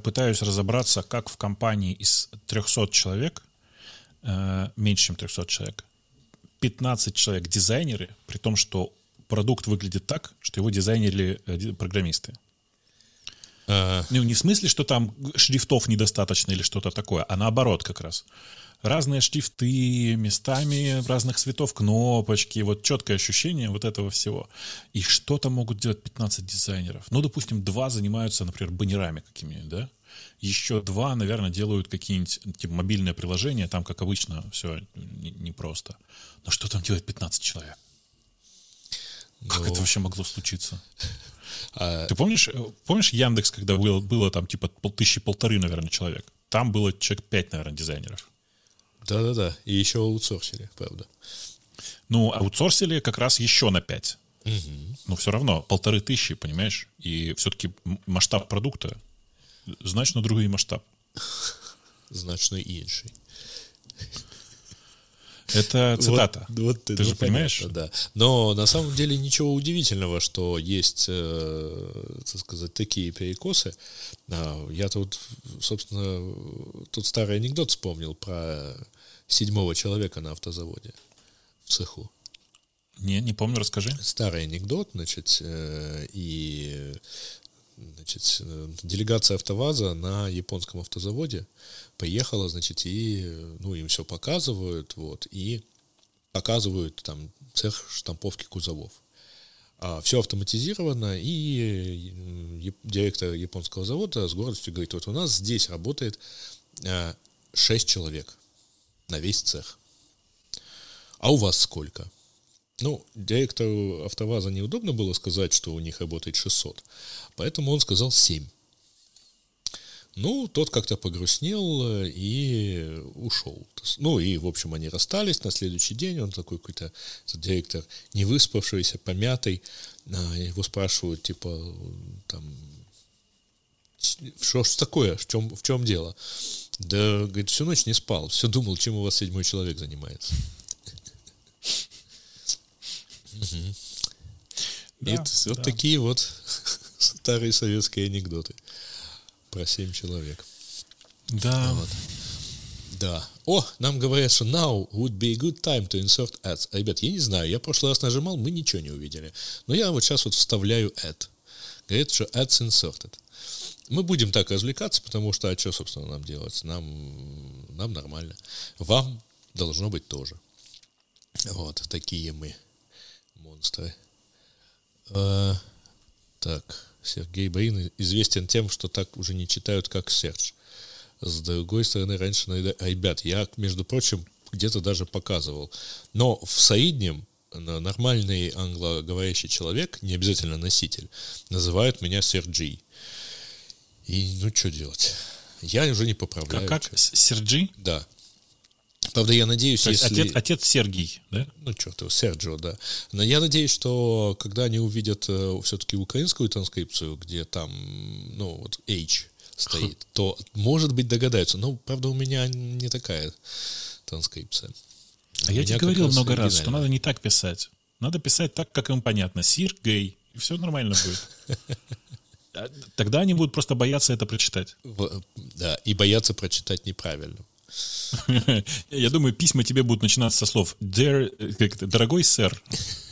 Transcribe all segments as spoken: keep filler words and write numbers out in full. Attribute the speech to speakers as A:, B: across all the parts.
A: пытаюсь разобраться, как в компании из трехсот человек, э, меньше, чем трехсот человек, пятнадцать человек дизайнеры, при том, что продукт выглядит так, что его дизайнерили э, программисты. А... Ну, не в смысле, что там шрифтов недостаточно или что-то такое, а наоборот как раз. Разные шрифты, местами разных цветов, кнопочки, вот четкое ощущение вот этого всего. И что-то могут делать пятнадцать дизайнеров. Ну, допустим, два занимаются, например, баннерами какими-нибудь, да? Еще два, наверное, делают какие-нибудь типа мобильные приложения, там, как обычно, все непросто. Но что там делает пятнадцать человек? Как ну... это вообще могло случиться? А... Ты помнишь, помнишь Яндекс, когда было, было там типа тысячи полторы, наверное, человек? Там было человек пять, наверное, дизайнеров.
B: Да-да-да, и еще аутсорсили, правда.
A: Ну, аутсорсили как раз еще на пять.
B: Угу.
A: Но все равно полторы тысячи, понимаешь? И все-таки масштаб продукта значно другий масштаб.
B: Значно інший.
A: Это цитата.
B: Вот, вот ты
A: ты
B: ну,
A: же понимаешь?
B: Да. Но на самом деле ничего удивительного, что есть, э, так сказать, такие перекосы. Я тут, собственно, тут старый анекдот вспомнил про седьмого человека на автозаводе в цеху.
A: Не, не помню, расскажи.
B: Старый анекдот, значит, э, и значит, делегация АвтоВАЗа на японском автозаводе поехала, значит, и ну, им все показывают, вот, и показывают там цех штамповки кузовов. А все автоматизировано, и директор японского завода с гордостью говорит, вот у нас здесь работает шесть человек на весь цех. А у вас сколько? Ну, директору АвтоВАЗа неудобно было сказать, что у них работает шестьсот, поэтому он сказал семь. Ну, тот как-то погрустнел и ушел. Ну, и, в общем, они расстались на следующий день. Он такой какой-то директор, не выспавшийся, помятый. Его спрашивают, типа, там, что ж такое, в чем, в чем дело? Да, говорит, всю ночь не спал, все думал, чем у вас седьмой человек занимается. И вот такие вот старые советские анекдоты. Про семь человек.
A: Да.
B: Вот. Да. О, нам говорят, что now would be a good time to insert ads. А, ребят, я не знаю, я в прошлый раз нажимал, мы ничего не увидели. Но я вот сейчас вот вставляю ad. Говорит, что ads inserted. Мы будем так развлекаться, потому что, а что, собственно, нам делать? Нам, нам нормально. Вам должно быть тоже. Вот, такие мы монстры. А, так... Сергей Борин известен тем, что так уже не читают, как Серж. С другой стороны, раньше, ребят, я, между прочим, где-то даже показывал. Но в среднем нормальный англоговорящий человек, не обязательно носитель, называют меня Серджи. И ну, что делать? Я уже не поправляю.
A: Как? как? Серджи?
B: Да. Правда, я надеюсь,
A: То есть
B: если...
A: Отец, отец Сергий, да?
B: Ну, черт его, Серджио, да. Но я надеюсь, что когда они увидят э, все-таки украинскую транскрипцию, где там, ну, вот H стоит, то, может быть, догадаются. Но, правда, у меня не такая транскрипция.
A: А я тебе говорил много раз, что надо не так писать. Надо писать так, как им понятно. Сергей, и все нормально будет. Тогда они будут просто бояться это прочитать.
B: Да, и бояться прочитать неправильно.
A: Я думаю, письма тебе будут начинаться со слов Dear, «Дорогой сэр».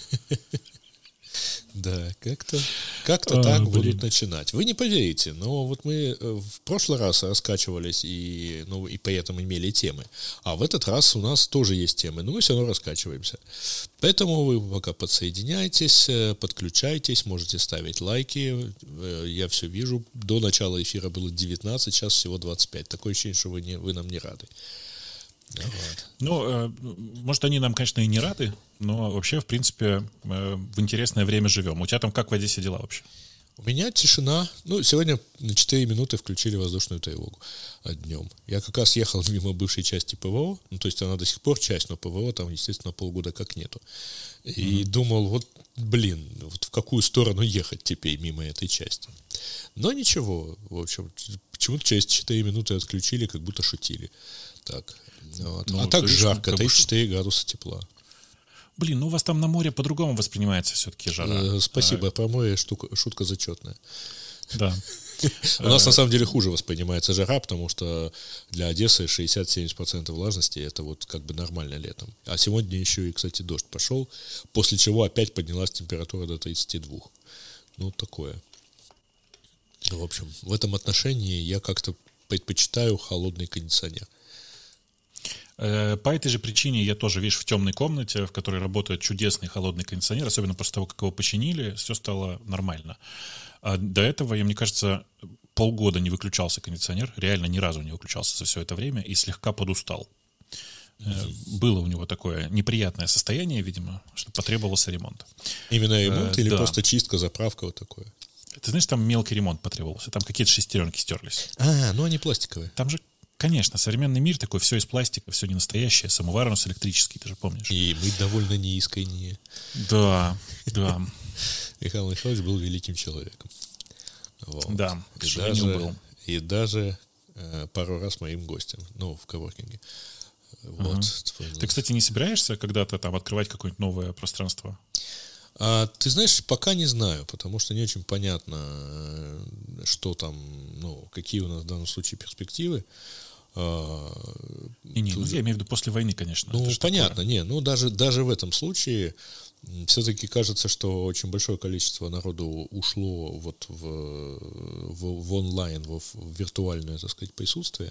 B: Да, как-то, как-то а, так блин. будут начинать. Вы не поверите, но вот мы в прошлый раз раскачивались и, ну, и поэтому имели темы. А в этот раз у нас тоже есть темы, но мы все равно раскачиваемся. Поэтому вы пока подсоединяйтесь, подключайтесь, можете ставить лайки. Я все вижу. До начала эфира было девятнадцать, сейчас всего двадцать пять. Такое ощущение, что вы, не, вы нам не рады.
A: Вот. Ну, э, может, они нам, конечно, и не рады, но вообще, в принципе, э, в интересное время живем. У тебя там как в Одессе дела вообще?
B: У меня тишина. Ну, сегодня на четыре минуты включили воздушную тревогу днем. Я как раз ехал мимо бывшей части ПВО, ну, то есть она до сих пор часть, но ПВО там, естественно, полгода как нету. И mm-hmm. думал, вот, блин, вот в какую сторону ехать теперь мимо этой части. Но ничего, в общем, почему-то через четыре минуты отключили, как будто шутили. Так. Вот. Ну, а так жарко, тридцать четыре градуса тепла.
A: Блин, ну у вас там на море по-другому воспринимается все-таки жара.
B: Э, спасибо, а... про море штука, шутка зачетная.
A: Да.
B: У нас на самом деле хуже воспринимается жара, потому что для Одессы шестьдесят-семьдесят процентов влажности это вот как бы нормально летом. А сегодня еще и, кстати, дождь пошел, после чего опять поднялась температура до тридцати двух. Ну, такое. В общем, в этом отношении я как-то предпочитаю холодный кондиционер.
A: По этой же причине я тоже, видишь, в темной комнате, в которой работает чудесный холодный кондиционер, особенно после того, как его починили, все стало нормально. А до этого, я, мне кажется, полгода не выключался кондиционер, реально ни разу не выключался за все это время и слегка подустал. Mm-hmm. Было у него такое неприятное состояние, видимо, что потребовался ремонт.
B: Именно ремонт
A: э,
B: или
A: да.
B: просто чистка, заправка, вот такое?
A: Ты знаешь, там мелкий ремонт потребовался, там какие-то шестеренки стерлись.
B: А, ну они пластиковые.
A: Там же, конечно, современный мир такой, все из пластика, все не настоящее, самовар у нас электрический, ты же помнишь.
B: И мы довольно неискренние.
A: Да, да.
B: Михаил Михайлович был великим человеком. Вот.
A: Да, к
B: и
A: сожалению,
B: даже,
A: был.
B: И даже э, пару раз моим гостем, ну, в коворкинге. Вот.
A: Uh-huh. Ты, кстати, не собираешься когда-то там открывать какое-нибудь новое пространство?
B: А, ты знаешь, пока не знаю, потому что не очень понятно, что там, ну, какие у нас в данном случае перспективы.
A: Не, не, ну, я имею в виду после войны, конечно.
B: Ну, понятно,
A: такое.
B: не, ну, даже, даже в этом случае все-таки кажется, что очень большое количество народу ушло вот в, в, в онлайн, в, в виртуальное, так сказать, присутствие.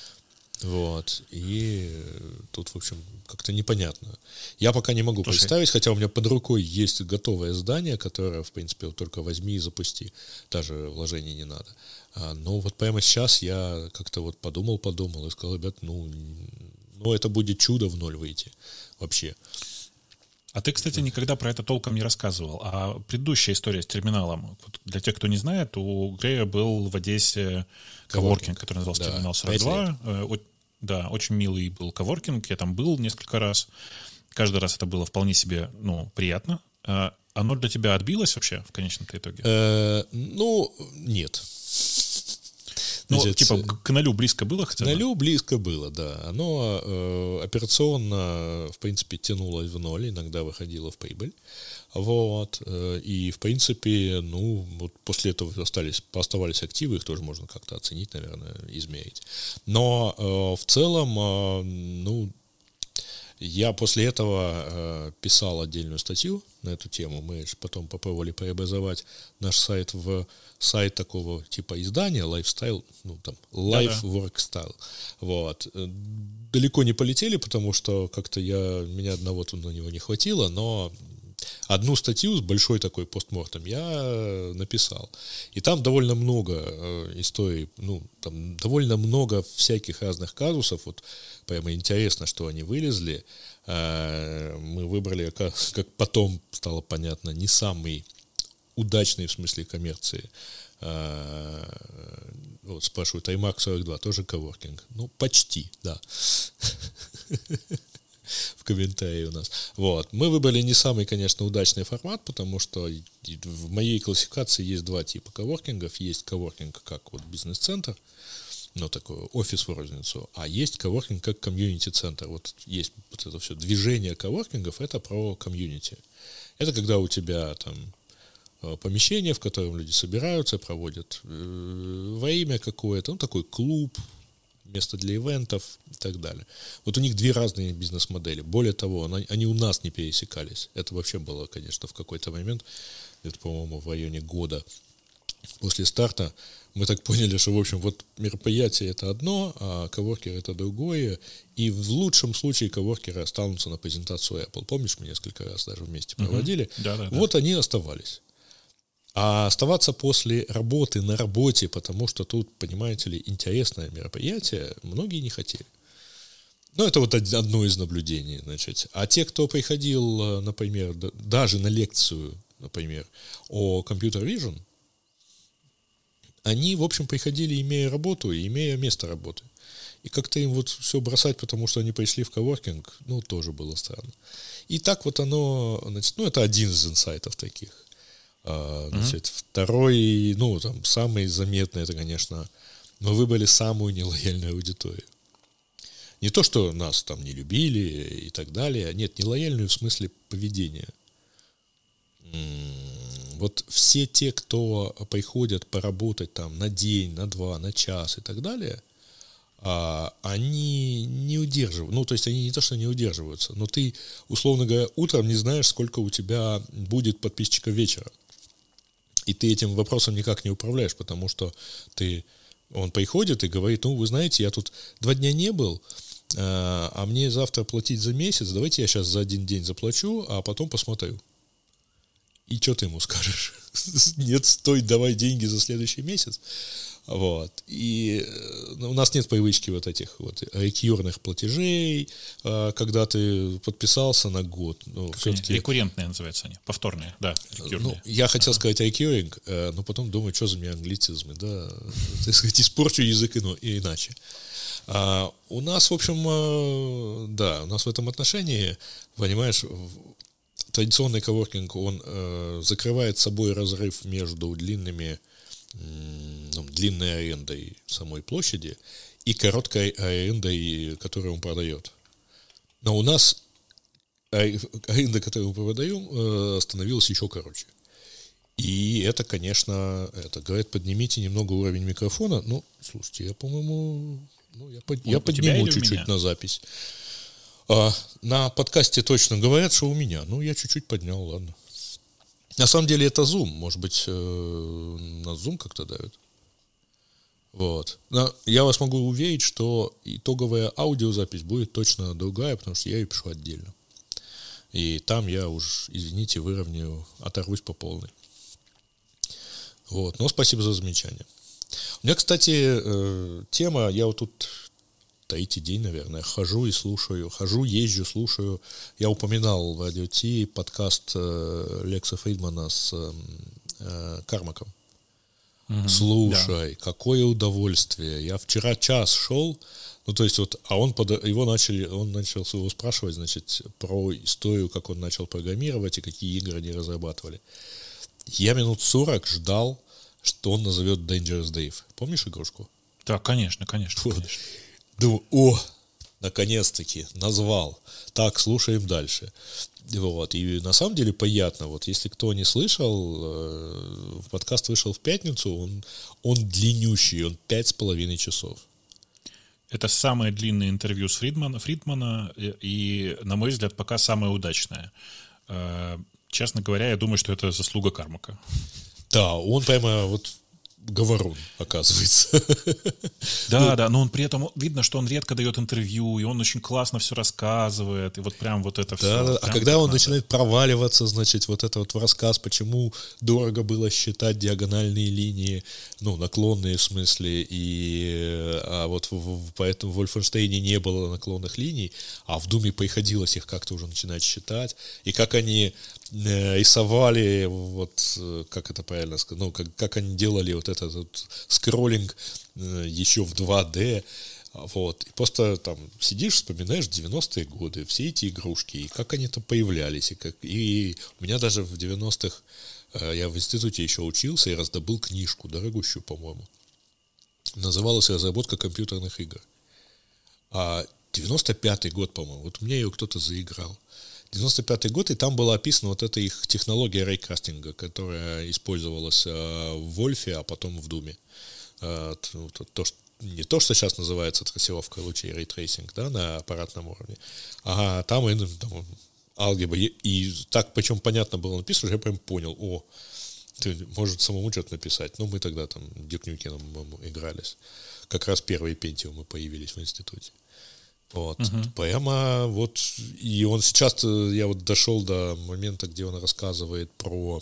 B: Вот, и тут, в общем, как-то непонятно. Я пока не могу Слушай. представить, хотя у меня под рукой есть готовое здание, которое, в принципе, вот только возьми и запусти. Даже вложений не надо. А, но вот прямо сейчас я как-то вот подумал-подумал и сказал, ребят, ну, ну, это будет чудо в ноль выйти вообще.
A: А ты, кстати, никогда про это толком не рассказывал. А предыдущая история с терминалом, вот для тех, кто не знает, у Грея был в Одессе коворкинг, который назывался да, Терминал сорок два. Да, очень милый был коворкинг, я там был несколько раз. Каждый раз это было вполне себе, ну, приятно. А оно для тебя отбилось вообще в конечном-то итоге?
B: Э, ну, нет.
A: Ну, Значит, типа к нулю близко было хотя бы?
B: К нулю близко было, да. Оно э, операционно, в принципе, тянулось в ноль, иногда выходило в прибыль. Вот. И, в принципе, ну, вот после этого остались, оставались активы, их тоже можно как-то оценить, наверное, измерить. Но э, в целом, э, ну, я после этого э, писал отдельную статью на эту тему. Мы потом попробовали преобразовать наш сайт в сайт такого типа издания, lifestyle, ну, там, life work style. Вот. Далеко не полетели, потому что как-то я, меня одного на него не хватило, но одну статью с большой такой постмортом я написал. И там довольно много э, историй, ну, там довольно много всяких разных казусов. Вот прямо интересно, что они вылезли. Э, мы выбрали, как, как потом стало понятно, не самый удачный в смысле коммерции. Э, вот спрашивают, iMac сорок два тоже коворкинг? Ну, почти, да. В комментарии у нас. Вот. Мы выбрали не самый, конечно, удачный формат, потому что в моей классификации есть два типа коворкингов. Есть коворкинг как вот бизнес-центр, ну, такой офис в розницу, а есть коворкинг как комьюнити-центр. Вот есть вот это все движение коворкингов, это про комьюнити. Это когда у тебя там помещение, в котором люди собираются, проводят э, время какое-то, ну, такой клуб, место для ивентов и так далее. Вот у них две разные бизнес-модели. Более того, они, они у нас не пересекались. Это вообще было, конечно, в какой-то момент, это, по-моему, в районе года после старта, мы так поняли, что, в общем, вот мероприятие это одно, а коворкер это другое, и в лучшем случае коворкеры останутся на презентацию Apple. Помнишь, мы несколько раз даже вместе проводили? Uh-huh. Да, да, вот да. Они оставались. А оставаться после работы на работе, потому что тут, понимаете ли, интересное мероприятие, многие не хотели. Ну, это вот одно из наблюдений, значит. А те, кто приходил, например, даже на лекцию, например, о Computer Vision, они, в общем, приходили, имея работу и имея место работы. И как-то им вот все бросать, потому что они пришли в коворкинг, ну, тоже было странно. И так вот оно, значит, ну, это один из инсайтов таких. Значит, mm-hmm. Второй, ну, там, самый заметный, это, конечно, мы выбрали самую нелояльную аудиторию. Не то, что нас там не любили и так далее. Нет, нелояльную в смысле поведения. вот все те, кто приходят поработать там на день, на два, на час и так далее, а, они не удерживают, ну, то есть они не то, что не удерживаются, но ты, условно говоря, утром не знаешь, сколько у тебя будет подписчиков вечером. И ты этим вопросом никак не управляешь, потому что ты, он приходит и говорит, ну, вы знаете, я тут два дня не был, а, а мне завтра платить за месяц, давайте я сейчас за один день заплачу, а потом посмотрю. И что ты ему скажешь? Нет, стой, давай деньги за следующий месяц. Вот. И у нас нет привычки вот этих вот рекуррентных платежей, когда ты подписался на год. Ну, все-таки...
A: Рекуррентные называются они, повторные, да.
B: Ну, я хотел ага. сказать рекурринг, но потом думаю, что за меня англицизмы, да, так сказать, испорчу язык и иначе. А у нас, в общем, да, у нас в этом отношении, понимаешь, традиционный коворкинг, он э, закрывает собой разрыв между длинными, ну, длинной арендой самой площади и короткой арендой, которую он продает. Но у нас аренда, которую мы продаем, становилась еще короче. И это, конечно, это говорит, поднимите немного уровень микрофона. Ну, слушайте, я, по-моему, ну, я, под, я подниму чуть-чуть на запись. А, на подкасте точно говорят, что у меня. Ну, я чуть-чуть поднял, ладно. На самом деле это Zoom. Может быть, э, на Zoom как-то давит. Вот. Но я вас могу уверить, что итоговая аудиозапись будет точно другая, потому что я ее пишу отдельно. И там я уж, извините, выровняю, оторвусь по полной. Вот. Но спасибо за замечание. У меня, кстати, э, тема, я вот тут третий день, наверное, хожу и слушаю, хожу, езжу, слушаю. Я упоминал в Радио Ти подкаст э, Лекса Фридмана с э, Кармаком. Mm-hmm. Слушай, да. Какое удовольствие. Я вчера час шел, ну, то есть вот, а он под, его начали, он начал его спрашивать, значит, про историю, как он начал программировать и какие игры они разрабатывали. Я минут сорок ждал, что он назовет Dangerous Dave. Помнишь игрушку?
A: Да, конечно, конечно,
B: вот.
A: конечно.
B: Думаю, о, наконец-таки назвал. Так, слушаем дальше. Вот. И на самом деле приятно. Вот если кто не слышал, подкаст вышел в пятницу, он, он длиннющий, он пять с половиной часов.
A: Это самое длинное интервью с Фридмана, Фридмана и, на мой взгляд, пока самое удачное. Честно говоря, я думаю, что это заслуга Кармака.
B: Да, он прямо вот говорун, оказывается.
A: Да, ну, да, но он при этом, видно, что он редко дает интервью, и он очень классно все рассказывает, и вот прям вот это
B: да,
A: все.
B: Да, а когда он надо. начинает проваливаться, значит, вот это вот в рассказ, почему дорого было считать диагональные линии, ну, наклонные в смысле, и а вот в, в, поэтому в Вольфенштейне не было наклонных линий, а в Думе приходилось их как-то уже начинать считать, и как они рисовали, вот, как это правильно сказать, ну, как, как они делали вот этот вот скроллинг еще в два дэ, вот, и просто там сидишь, вспоминаешь девяностые годы, все эти игрушки, и как они там появлялись, и, как, и у меня даже в девяностых, я в институте еще учился и раздобыл книжку, дорогущую, по-моему, называлась «Разработка компьютерных игр», а девяносто пятый год, по-моему, вот у меня ее кто-то заиграл. девяносто пятый год, и там была описана вот эта их технология рейкастинга, которая использовалась э, в Вольфе, а потом в Думе. Э, то, то, что, не то, что сейчас называется трассировка лучей, рейтрейсинг, да, на аппаратном уровне, а там, и, там алгебра. И, и так, причем понятно было написано, что я прям понял, о, ты, может, самому что-то написать. Ну, мы тогда там Дюк Нюкеном игрались. Как раз первые пентиумы появились в институте. Вот, uh-huh. Прямо вот, и он сейчас, я вот дошел до момента, где он рассказывает про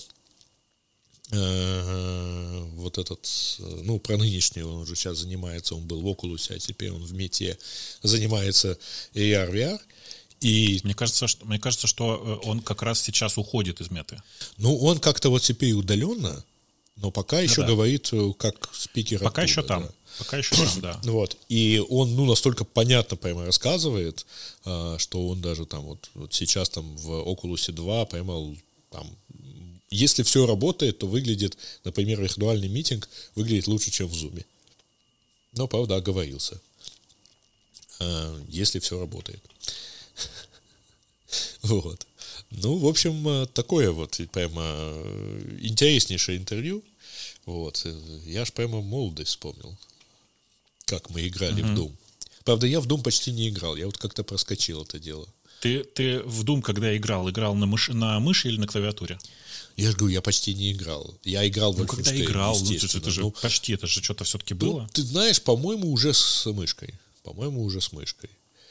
B: э, вот этот, ну, про нынешний, он уже сейчас занимается, он был в Oculus, а теперь он в Мете занимается эй ар, ви ар. И
A: мне кажется, что, мне кажется, что он как раз сейчас уходит из Меты.
B: Ну, он как-то вот теперь удаленно, но пока еще ну, да. говорит как спикер.
A: Пока
B: оттуда,
A: еще там.
B: Да.
A: Пока еще там, да.
B: Вот. И он, ну, настолько понятно, прямо рассказывает, что он даже там вот, вот сейчас там в Oculus два прямо там, если все работает, то выглядит, например, виртуальный митинг выглядит лучше, чем в Zoom. Но, правда, оговорился. Если все работает. Вот. Ну, в общем, такое вот прямо интереснейшее интервью. Вот. Я ж прямо молодость вспомнил, как мы играли
A: Угу.
B: в Doom. Правда, я в Doom почти не играл, я вот как-то проскочил это дело.
A: Ты, ты в Doom, когда играл, играл на, мыш... на мыши или на клавиатуре?
B: Я же говорю, я почти не играл. Я играл в
A: Ну, когда
B: Wolfenstein,
A: играл, ну,
B: естественно.
A: это же
B: Ну,
A: почти, это же что-то все-таки
B: ну,
A: было.
B: ты знаешь, по-моему, уже с мышкой. По-моему, уже с мышкой.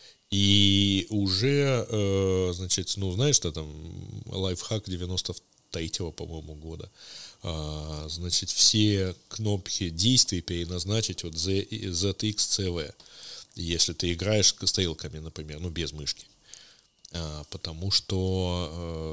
B: И уже, э, значит, ну, знаешь, что там, лайфхак девяносто третьего, по-моему, года. А, значит, все кнопки действий переназначить вот зет икс си ви, если ты играешь стрелками, например, ну, без мышки. А, потому что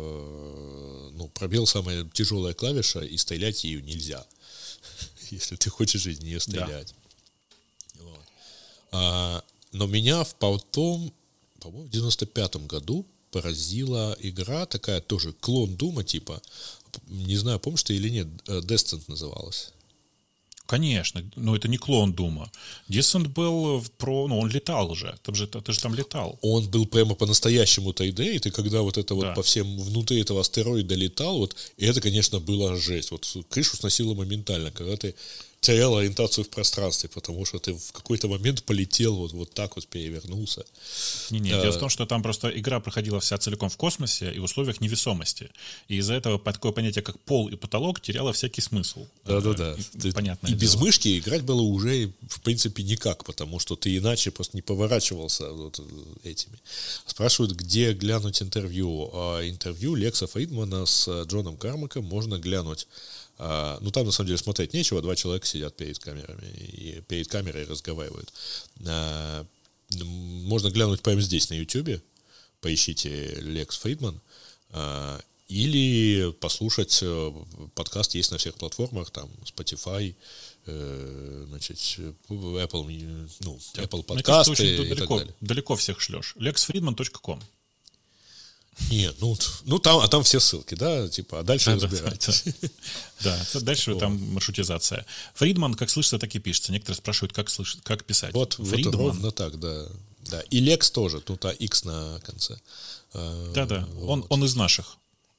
B: э, ну, пробел самая тяжелая клавиша, и стрелять ею нельзя, если ты хочешь из нее стрелять. Да. Вот. А, но меня в потом, по-моему, в девяносто пятом году поразила игра, такая тоже клон Дума типа, не знаю, помнишь ты или нет, Descent называлась.
A: Конечно, но это не клон Дума. Descent был про... Ну, он летал уже. Ты же, ты же там летал.
B: Он был прямо по-настоящему три дэ, и ты когда вот это вот
A: Да.
B: по всем внутри этого астероида летал, вот, и это, конечно, была жесть. Вот крышу сносило моментально, когда ты терял ориентацию в пространстве, потому что ты в какой-то момент полетел, вот, вот так вот перевернулся.
A: Не-не,
B: а,
A: дело в том, что там просто игра проходила вся целиком в космосе и в условиях невесомости. И из-за этого такое понятие, как пол и потолок, теряло всякий смысл.
B: Да-да-да.
A: Понятно.
B: И без мышки играть было уже, в принципе, никак, потому что ты иначе просто не поворачивался вот этими. Спрашивают, где глянуть интервью. А интервью Лекса Фридмана с Джоном Кармаком можно глянуть. А, ну, там, на самом деле, смотреть нечего. Два человека сидят перед камерами и перед камерой разговаривают. А, можно глянуть прямо здесь, на Ютубе. Поищите Лекс Фридман. А, или послушать подкаст, есть на всех платформах, там Spotify, э, значит, Apple, ну, Apple подкасты и
A: далеко,
B: так далее.
A: Далеко всех шлешь. лекс фридман точка ком.
B: Нет, ну, ну там, а там все ссылки, да, типа, а дальше
A: да,
B: разбирайтесь.
A: Да, да, дальше там маршрутизация. Фридман, как слышится, так и пишется. Некоторые спрашивают, как слышать, как писать.
B: Вот, вот ровно так, да. Да. И Лекс тоже, тут а X на конце.
A: Да-да, вот. он, он из наших.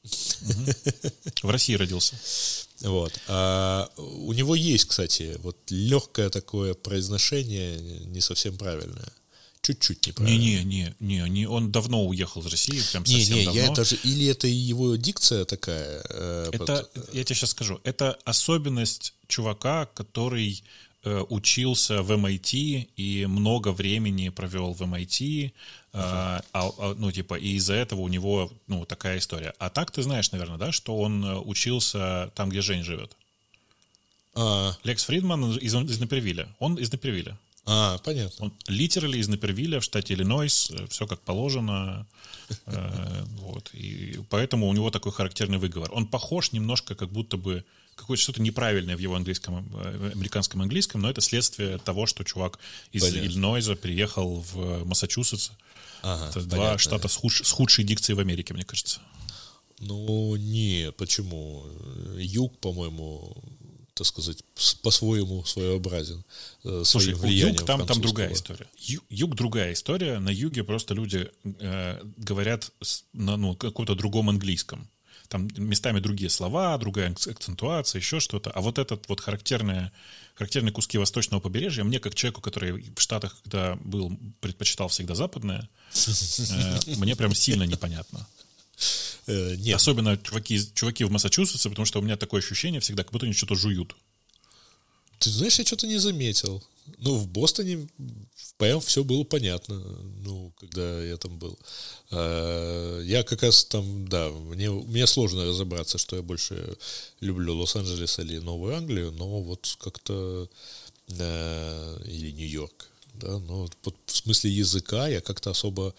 A: В России родился.
B: Вот. А у него есть, кстати, вот легкое такое произношение, не совсем правильное. Чуть-чуть неправильно.
A: Не-не-не, не, он давно уехал из России, прям совсем
B: не, не,
A: давно.
B: Я даже, или это его дикция такая? Э,
A: это, под... Я тебе сейчас скажу, это особенность чувака, который э, учился в эм ай ти и много времени провел в эм ай ти, э, uh-huh. а, ну, типа, и из-за этого у него, ну, такая история. А так ты знаешь, наверное, да, что он учился там, где Жень живет.
B: А.
A: Лекс Фридман из, из Напервилля. Он из Напервилля.
B: А, понятно.
A: Он литерально из Напервилля в штате Иллинойс, все как положено, э, вот, и поэтому у него такой характерный выговор. Он похож немножко, как будто бы какое-то что-то неправильное в его английском, американском английском, но это следствие того, что чувак из понятно. Иллинойса переехал в Массачусетс. Ага, это понятно. Два штата с, худ, с худшей дикцией в Америке, мне кажется.
B: Ну, не, почему? Юг, по-моему, так сказать, по-своему своеобразен.
A: Слушай, юг там, там другая история. Юг, юг другая история. На юге просто люди э, говорят на ну, каком-то другом английском. Там местами другие слова, другая акцентуация, еще что-то. А вот этот вот характерные, характерные куски восточного побережья, мне как человеку, который в Штатах, когда был, предпочитал всегда западное, э, мне прям сильно непонятно. Нет. Особенно чуваки, чуваки в Массачусетсе, потому что у меня такое ощущение всегда, как будто они что-то жуют.
B: Ты знаешь, я что-то не заметил. Ну, в Бостоне прям все было понятно, ну, когда я там был. Я как раз там, да, мне, мне сложно разобраться, что я больше люблю, Лос-Анджелес или Новую Англию, но вот как-то... Или Нью-Йорк, да, но вот в смысле языка я как-то особо...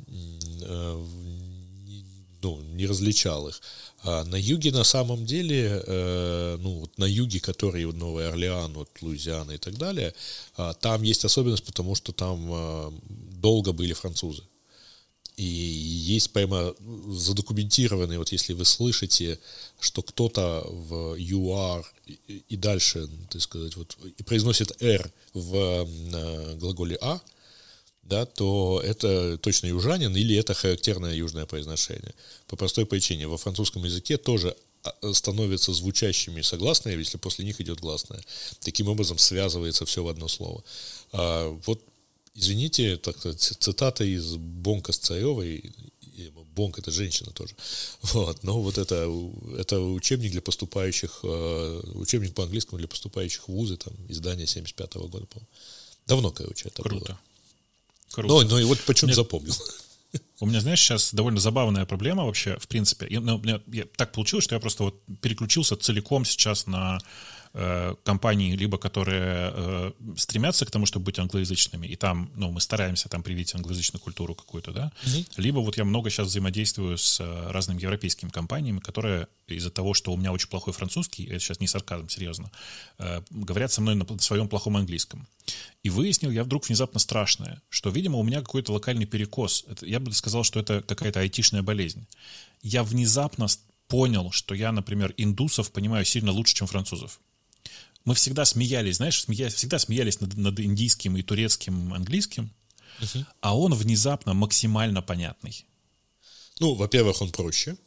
B: Ну, не различал их. А на юге на самом деле, э, ну, вот на юге, который Новый Орлеан, вот Луизиана и так далее, э, там есть особенность, потому что там э, долго были французы. И есть прямо задокументированные, вот если вы слышите, что кто-то в ю ар и, и дальше, так сказать, вот, и произносит R в э, глаголе А, да, то это точно южанин или это характерное южное произношение. По простой причине. Во французском языке тоже становятся звучащими согласные, если после них идет гласное. Таким образом связывается все в одно слово. А вот, извините, так сказать, цитата из Бонка с Царевой. Бонк — это женщина тоже. Вот. Но вот это, это учебник для поступающих, учебник по английскому для поступающих в вузы, там, издание семьдесят пятого года, по-моему. Давно, короче, это
A: Круто.
B: было.
A: Круто.
B: Ну, ну и вот почему
A: Мне...
B: запомнил.
A: У меня, знаешь, сейчас довольно забавная проблема вообще, в принципе. Я, ну, я, я, так получилось, что я просто вот переключился целиком сейчас на э, компании, либо которые э, стремятся к тому, чтобы быть англоязычными, и там, ну, мы стараемся там привить англоязычную культуру какую-то, да, mm-hmm. либо вот я много сейчас взаимодействую с э, разными европейскими компаниями, которые из-за того, что у меня очень плохой французский, это сейчас не сарказм, серьезно, э, говорят со мной на своем плохом английском. И выяснил я вдруг внезапно страшное, что, видимо, у меня какой-то локальный перекос. Это, я бы сказал, что это какая-то айтишная болезнь. Я внезапно понял, что я, например, индусов понимаю сильно лучше, чем французов. Мы всегда смеялись, знаешь, смея... всегда смеялись над, над индийским и турецким английским, uh-huh. а он внезапно максимально понятный.
B: Ну, во-первых, он проще.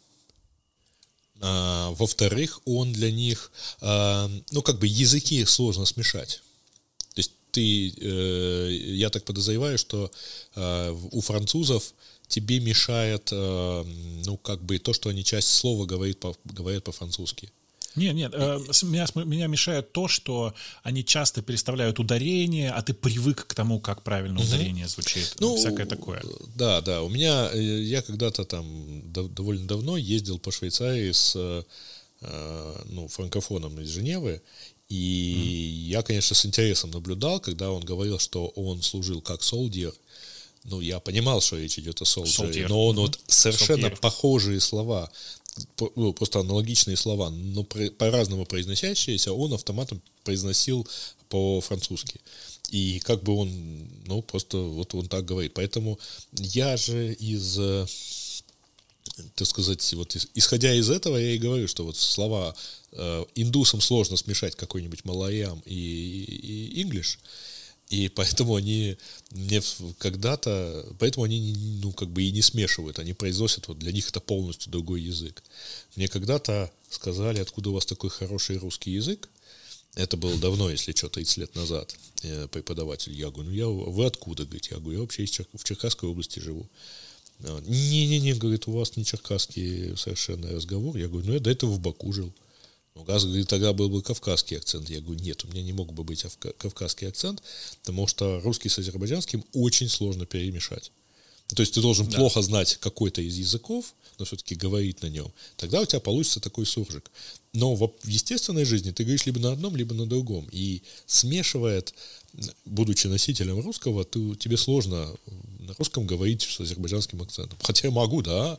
B: А, во-вторых, он для них, а, ну, как бы языки сложно смешать. Ты, э, я так подозреваю, что э, у французов тебе мешает, э, ну, как бы то, что они часть слова говорят, по, говорят по-французски.
A: Нет, нет, э, меня, меня мешает то, что они часто переставляют ударение, а ты привык к тому, как правильно угу. ударение звучит. Ну, всякое такое.
B: Да, да. У меня, я когда-то там довольно давно ездил по Швейцарии с э, ну, франкофоном из Женевы. И mm. я, конечно, с интересом наблюдал, когда он говорил, что он служил как солдер. Ну, я понимал, что речь идет о солдере, но он mm-hmm. вот совершенно Солдер. Похожие слова, ну, просто аналогичные слова, но по-разному произносящиеся, он автоматом произносил по-французски. И как бы он, ну, просто вот он так говорит. Поэтому я же из... так сказать, вот исходя из этого, я и говорю, что вот слова э, индусам сложно смешать какой-нибудь малаям и, и English, и поэтому они мне когда-то, поэтому они, ну, как бы и не смешивают, они произносят, вот для них это полностью другой язык. Мне когда-то сказали, откуда у вас такой хороший русский язык, это было давно, если что, тридцать лет назад, преподаватель, я говорю, ну, я, вы откуда, говорит, я говорю, я вообще из Чер... в Черкасской области живу. Не-не-не, говорит, у вас не черкасский совершенно разговор. Я говорю, ну я до этого в Баку жил. Ну, раз, говорит, тогда был бы кавказский акцент. Я говорю, нет, у меня не мог бы быть кавказский акцент, потому что русский с азербайджанским очень сложно перемешать. То есть ты должен да. плохо знать какой-то из языков, но все-таки говорить на нем. Тогда у тебя получится такой суржик. Но в естественной жизни ты говоришь либо на одном, либо на другом. И смешивает, будучи носителем русского, ты, тебе сложно на русском говорить с азербайджанским акцентом. Хотя я могу, да.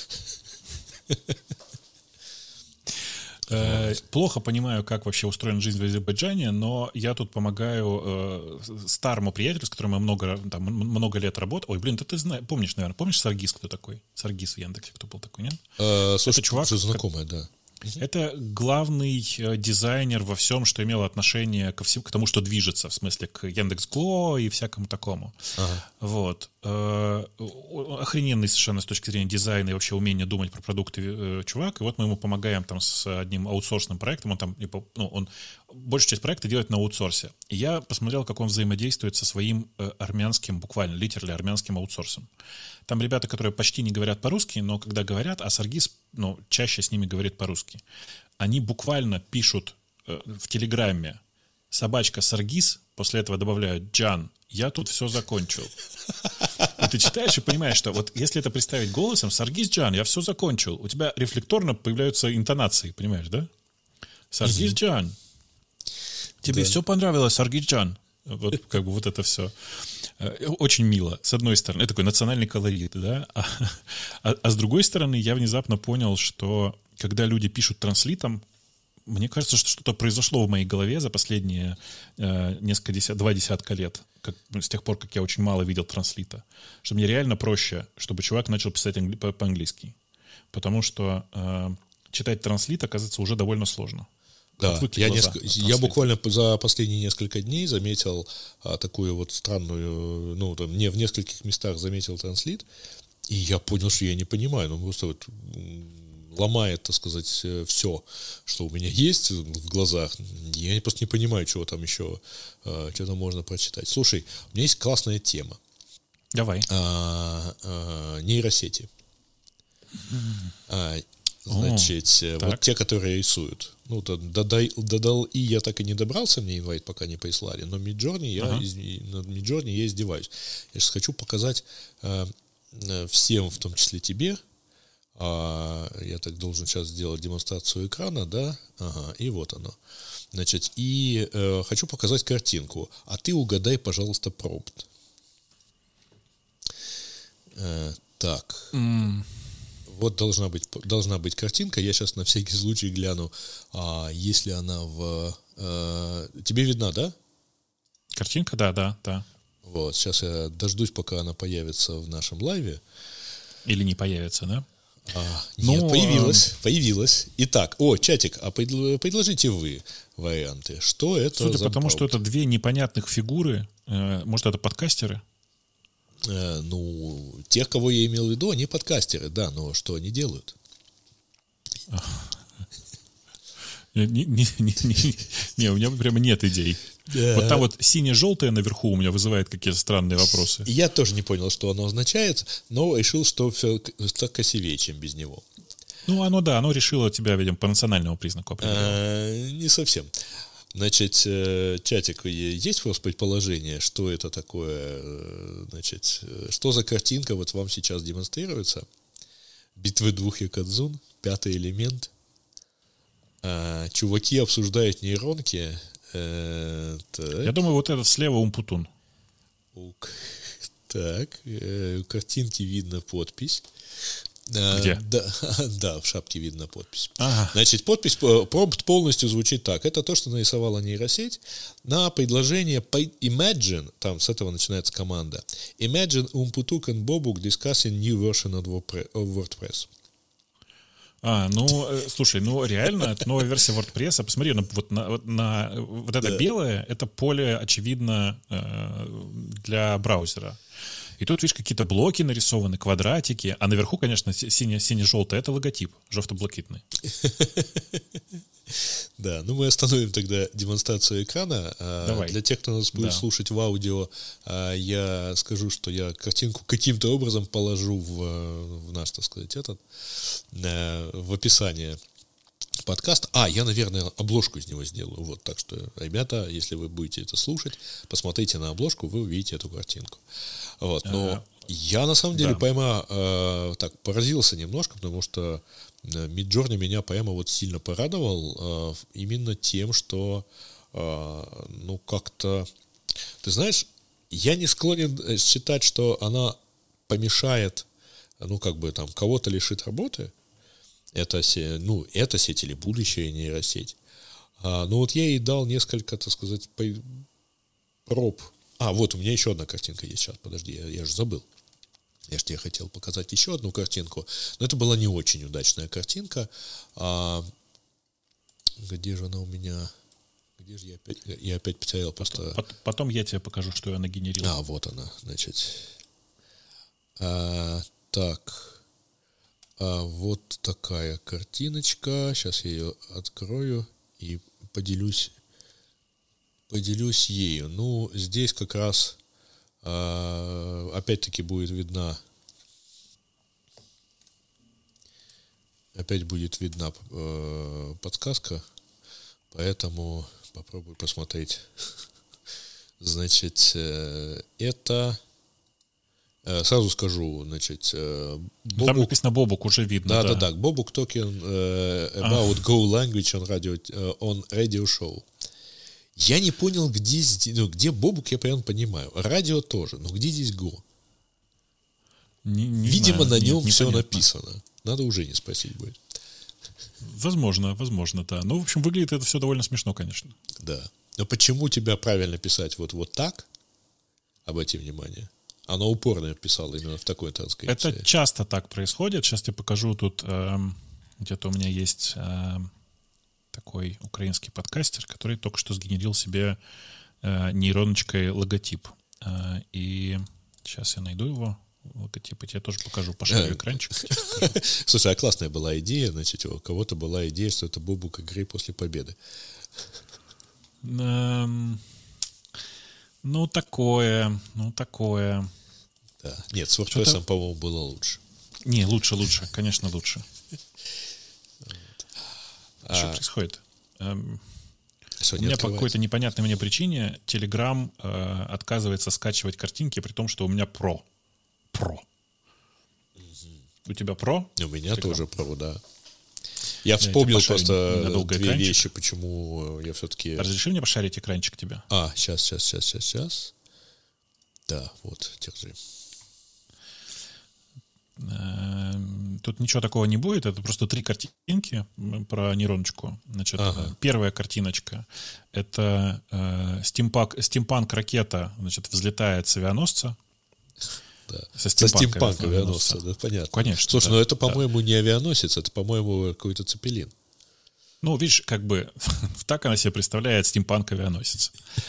A: Плохо понимаю, как вообще устроена жизнь в Азербайджане, но я тут помогаю э, старому приятелю, с которым я много, там, много лет работал. Ой, блин, ты, ты знаешь, помнишь, наверное, помнишь Саргис, кто такой? Саргис в Яндексе, кто был такой, нет?
B: А, слушай, это чувак, знакомый, да.
A: Это главный дизайнер во всем, что имело отношение ко всему, к тому, что движется, в смысле к Яндекс.Го и всякому такому. Ага. Вот. Охрененный совершенно с точки зрения дизайна и вообще умения думать про продукты чувак. И вот мы ему помогаем там с одним аутсорсным проектом. Он там, ну, он большую часть проекта делает на аутсорсе. И я посмотрел, как он взаимодействует со своим армянским, буквально, литерально армянским аутсорсом. Там ребята, которые почти не говорят по-русски, но когда говорят, а Саргис, ну, чаще с ними говорит по-русски, они буквально пишут э, в Телеграме «собачка Саргис», после этого добавляют «Джан, я тут все закончил». И ты читаешь и понимаешь, что вот если это представить голосом «Саргис Джан, я все закончил», у тебя рефлекторно появляются интонации, понимаешь, да? «Саргис Джан, тебе да. все понравилось, Саргис Джан». Вот как бы вот это все. Очень мило, с одной стороны. Это такой национальный колорит, да? А, а, а с другой стороны, я внезапно понял, что когда люди пишут транслитом, мне кажется, что что-то произошло в моей голове за последние э, несколько десят, два десятка лет, как, с тех пор, как я очень мало видел транслита, что мне реально проще, чтобы чувак начал писать англи- по- по-английски. Потому что э, читать транслит, оказывается, уже довольно сложно.
B: Да,
A: Отвыкли
B: я,
A: глаза
B: неск...
A: от
B: я
A: трансляции.
B: буквально за последние несколько дней заметил а, такую вот странную, ну, там, не в нескольких местах заметил транслит, и я понял, что я не понимаю, ну, просто вот ломает, так сказать, все, что у меня есть в глазах. Я просто не понимаю, чего там еще, что там можно прочитать. Слушай, у меня есть классная тема.
A: Давай.
B: А, а, нейросети. А, значит,
A: О,
B: вот
A: так.
B: те, которые рисуют. Ну, то до, до, до дал и я так и не добрался, мне инвайт пока не прислали, но Midjourney, я
A: Ага.
B: из, над Midjourney я издеваюсь. Я сейчас хочу показать а, всем, в том числе тебе. А, я так должен сейчас сделать демонстрацию экрана, да? Ага, и вот оно. Значит, и э, хочу показать картинку. А ты угадай, пожалуйста, промпт. Э, так.
A: М,
B: Вот должна быть, должна быть картинка. Я сейчас на всякий случай гляну, а, если она в... э, тебе видна, да?
A: Картинка, да, да, да.
B: Вот, сейчас я дождусь, пока она появится в нашем лайве.
A: Или не появится, да?
B: А,
A: Ну,
B: нет, появилась, появилась. Итак, о, чатик, а предл- предложите вы варианты. Что это
A: Судя
B: за
A: по тому, что
B: промпт?
A: это две непонятных фигуры, э, может, это подкастеры?
B: Э, ну, тех, кого я имел в виду, они подкастеры, да, но что они делают?
A: Не, не, не, не, не, у меня прямо нет идей.
B: Да.
A: Вот там вот сине-желтое наверху у меня вызывает какие-то странные вопросы.
B: Я тоже не понял, что оно означает, но решил, что все так красивее, чем без него.
A: Ну, оно, да, оно решило тебя, видимо, по национальному признаку определило.
B: А, не совсем. Значит, э, чатик, есть у вас предположение, что это такое? э, Значит, э, что за картинка вот вам сейчас демонстрируется? Битвы двух якадзун, пятый элемент. А, чуваки обсуждают нейронки. Э, так.
A: Я думаю, вот этот слева Умпутун.
B: Ук. Так, э, у картинки видно подпись. А,
A: Где?
B: Да, да, в шапке видно подпись.
A: Ага.
B: Значит, подпись, э, промпт полностью звучит так. Это то, что нарисовала нейросеть на предложение по- Imagine, там с этого начинается команда. Imagine Umputuk and Bobuk discussing new version of WordPre- of WordPress.
A: А, ну, э, слушай, ну реально, это новая версия WordPress. Посмотри, ну, вот, на, вот, на, вот это
B: Да.
A: белое, это поле, очевидно, э, для браузера. И тут, видишь, какие-то блоки нарисованы, квадратики, а наверху, конечно, си- сине- сине-желтое, это логотип, жовто-блакитный.
B: Да, ну мы остановим тогда демонстрацию экрана. А,
A: Давай.
B: Для тех, кто нас будет
A: Да.
B: слушать в аудио, а, я скажу, что я картинку каким-то образом положу в, в наш, так сказать, этот, э, в описание подкаста. А, я, наверное, обложку из него сделаю. Вот, так что, ребята, если вы будете это слушать, посмотрите на обложку, вы увидите эту картинку. Вот, но
A: А,
B: я на самом деле
A: да.
B: прямо э, так поразился немножко, потому что Midjourney меня прямо вот сильно порадовал э, именно тем, что э, ну как-то, ты знаешь, я не склонен считать, что она помешает, ну как бы там кого-то лишит работы. Это, се- ну, это сеть или будущая нейросеть. А, ну вот я ей дал несколько, так сказать, по- проб. А, вот у меня еще одна картинка есть. Сейчас, подожди, я, я же забыл. Я же тебе хотел показать еще одну картинку. Но это была не очень удачная картинка. А, где же она у меня? Где же я опять? Я опять потерял просто...
A: Пот- Потом я тебе покажу, что я нагенерил.
B: А, вот она, значит. А, так. А, вот такая картиночка. Сейчас я ее открою и поделюсь, поделюсь ею. Ну, здесь как раз а, опять-таки будет видна, опять будет видна э, подсказка, поэтому попробую посмотреть. Значит, э, это э, сразу скажу, значит, э,
A: Ну, там написано Бобук, уже видно.
B: да, да, да. Бобук talking uh, about а. Go language on radio, uh, on radio show. Я не понял, где, здесь, ну, где Бобук, я прям понимаю. Радио тоже, но где здесь Go?
A: Не- не
B: Видимо,
A: знаю,
B: на
A: нет,
B: нем все
A: непонятно.
B: написано. Надо уже не спросить будет.
A: Возможно, возможно, да. Ну, в общем, выглядит это все довольно смешно, конечно.
B: Да. Но почему тебя правильно писать вот, вот так? Обрати внимание. Она упорно писала именно в такой транскрипции.
A: Это часто так происходит. Сейчас тебе покажу тут, эм, где-то у меня есть эм, такой украинский подкастер, который только что сгенерил себе э, нейроночкой логотип. Э, и сейчас я найду его. Логотип, и тебе тоже покажу, пошарю экранчик.
B: Слушай, а классная была идея, значит, у кого-то была идея, что это Бобук игры после победы.
A: Ну, такое, ну, такое.
B: Да. Нет, с WordPress, по-моему, было лучше.
A: Не, лучше, лучше, конечно, лучше. А что происходит? Что, у меня по какой-то непонятной мне причине Telegram э, отказывается скачивать картинки, при том, что у меня Pro. Pro. Угу. У тебя Pro?
B: У меня Telegram? Тоже Pro, да. Я вспомнил я просто две экранчик. Вещи, почему я все-таки...
A: Разреши мне пошарить экранчик тебя?
B: А, сейчас, сейчас, сейчас, сейчас, сейчас. Да, вот, держи.
A: Тут ничего такого не будет, это просто три картинки про нейроночку. Значит, ага. Первая картиночка — это э, стимпанк, стимпанк-ракета, значит, взлетает с авианосца.
B: Да. Со стимпанк авианосца, да, понятно.
A: Конечно.
B: Слушай,
A: да,
B: ну это, по-моему,
A: да.
B: не авианосец, это, по-моему, какой-то цепелин.
A: Ну, видишь, как бы так она себе представляет стимпанк-авианосец.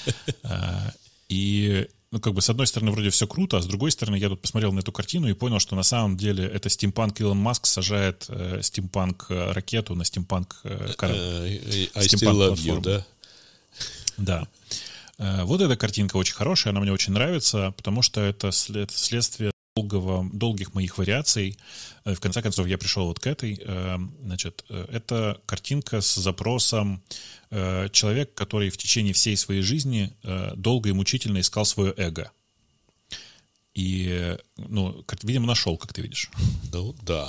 A: И... Ну, как бы, с одной стороны, вроде все круто, а с другой стороны, я тут посмотрел на эту картину и понял, что на самом деле это стимпанк Илон Маск сажает э, стимпанк-ракету на стимпанк э, корабль.
B: I still love you, да?
A: Да. Э, вот эта картинка очень хорошая, она мне очень нравится, потому что это след, следствие долгого, долгих моих вариаций. Э, в конце концов, я пришел вот к этой. Э, значит, э, это картинка с запросом человек, который в течение всей своей жизни э, долго и мучительно искал свое эго. И, ну, как, видимо, нашел, как ты видишь.
B: Ну, да.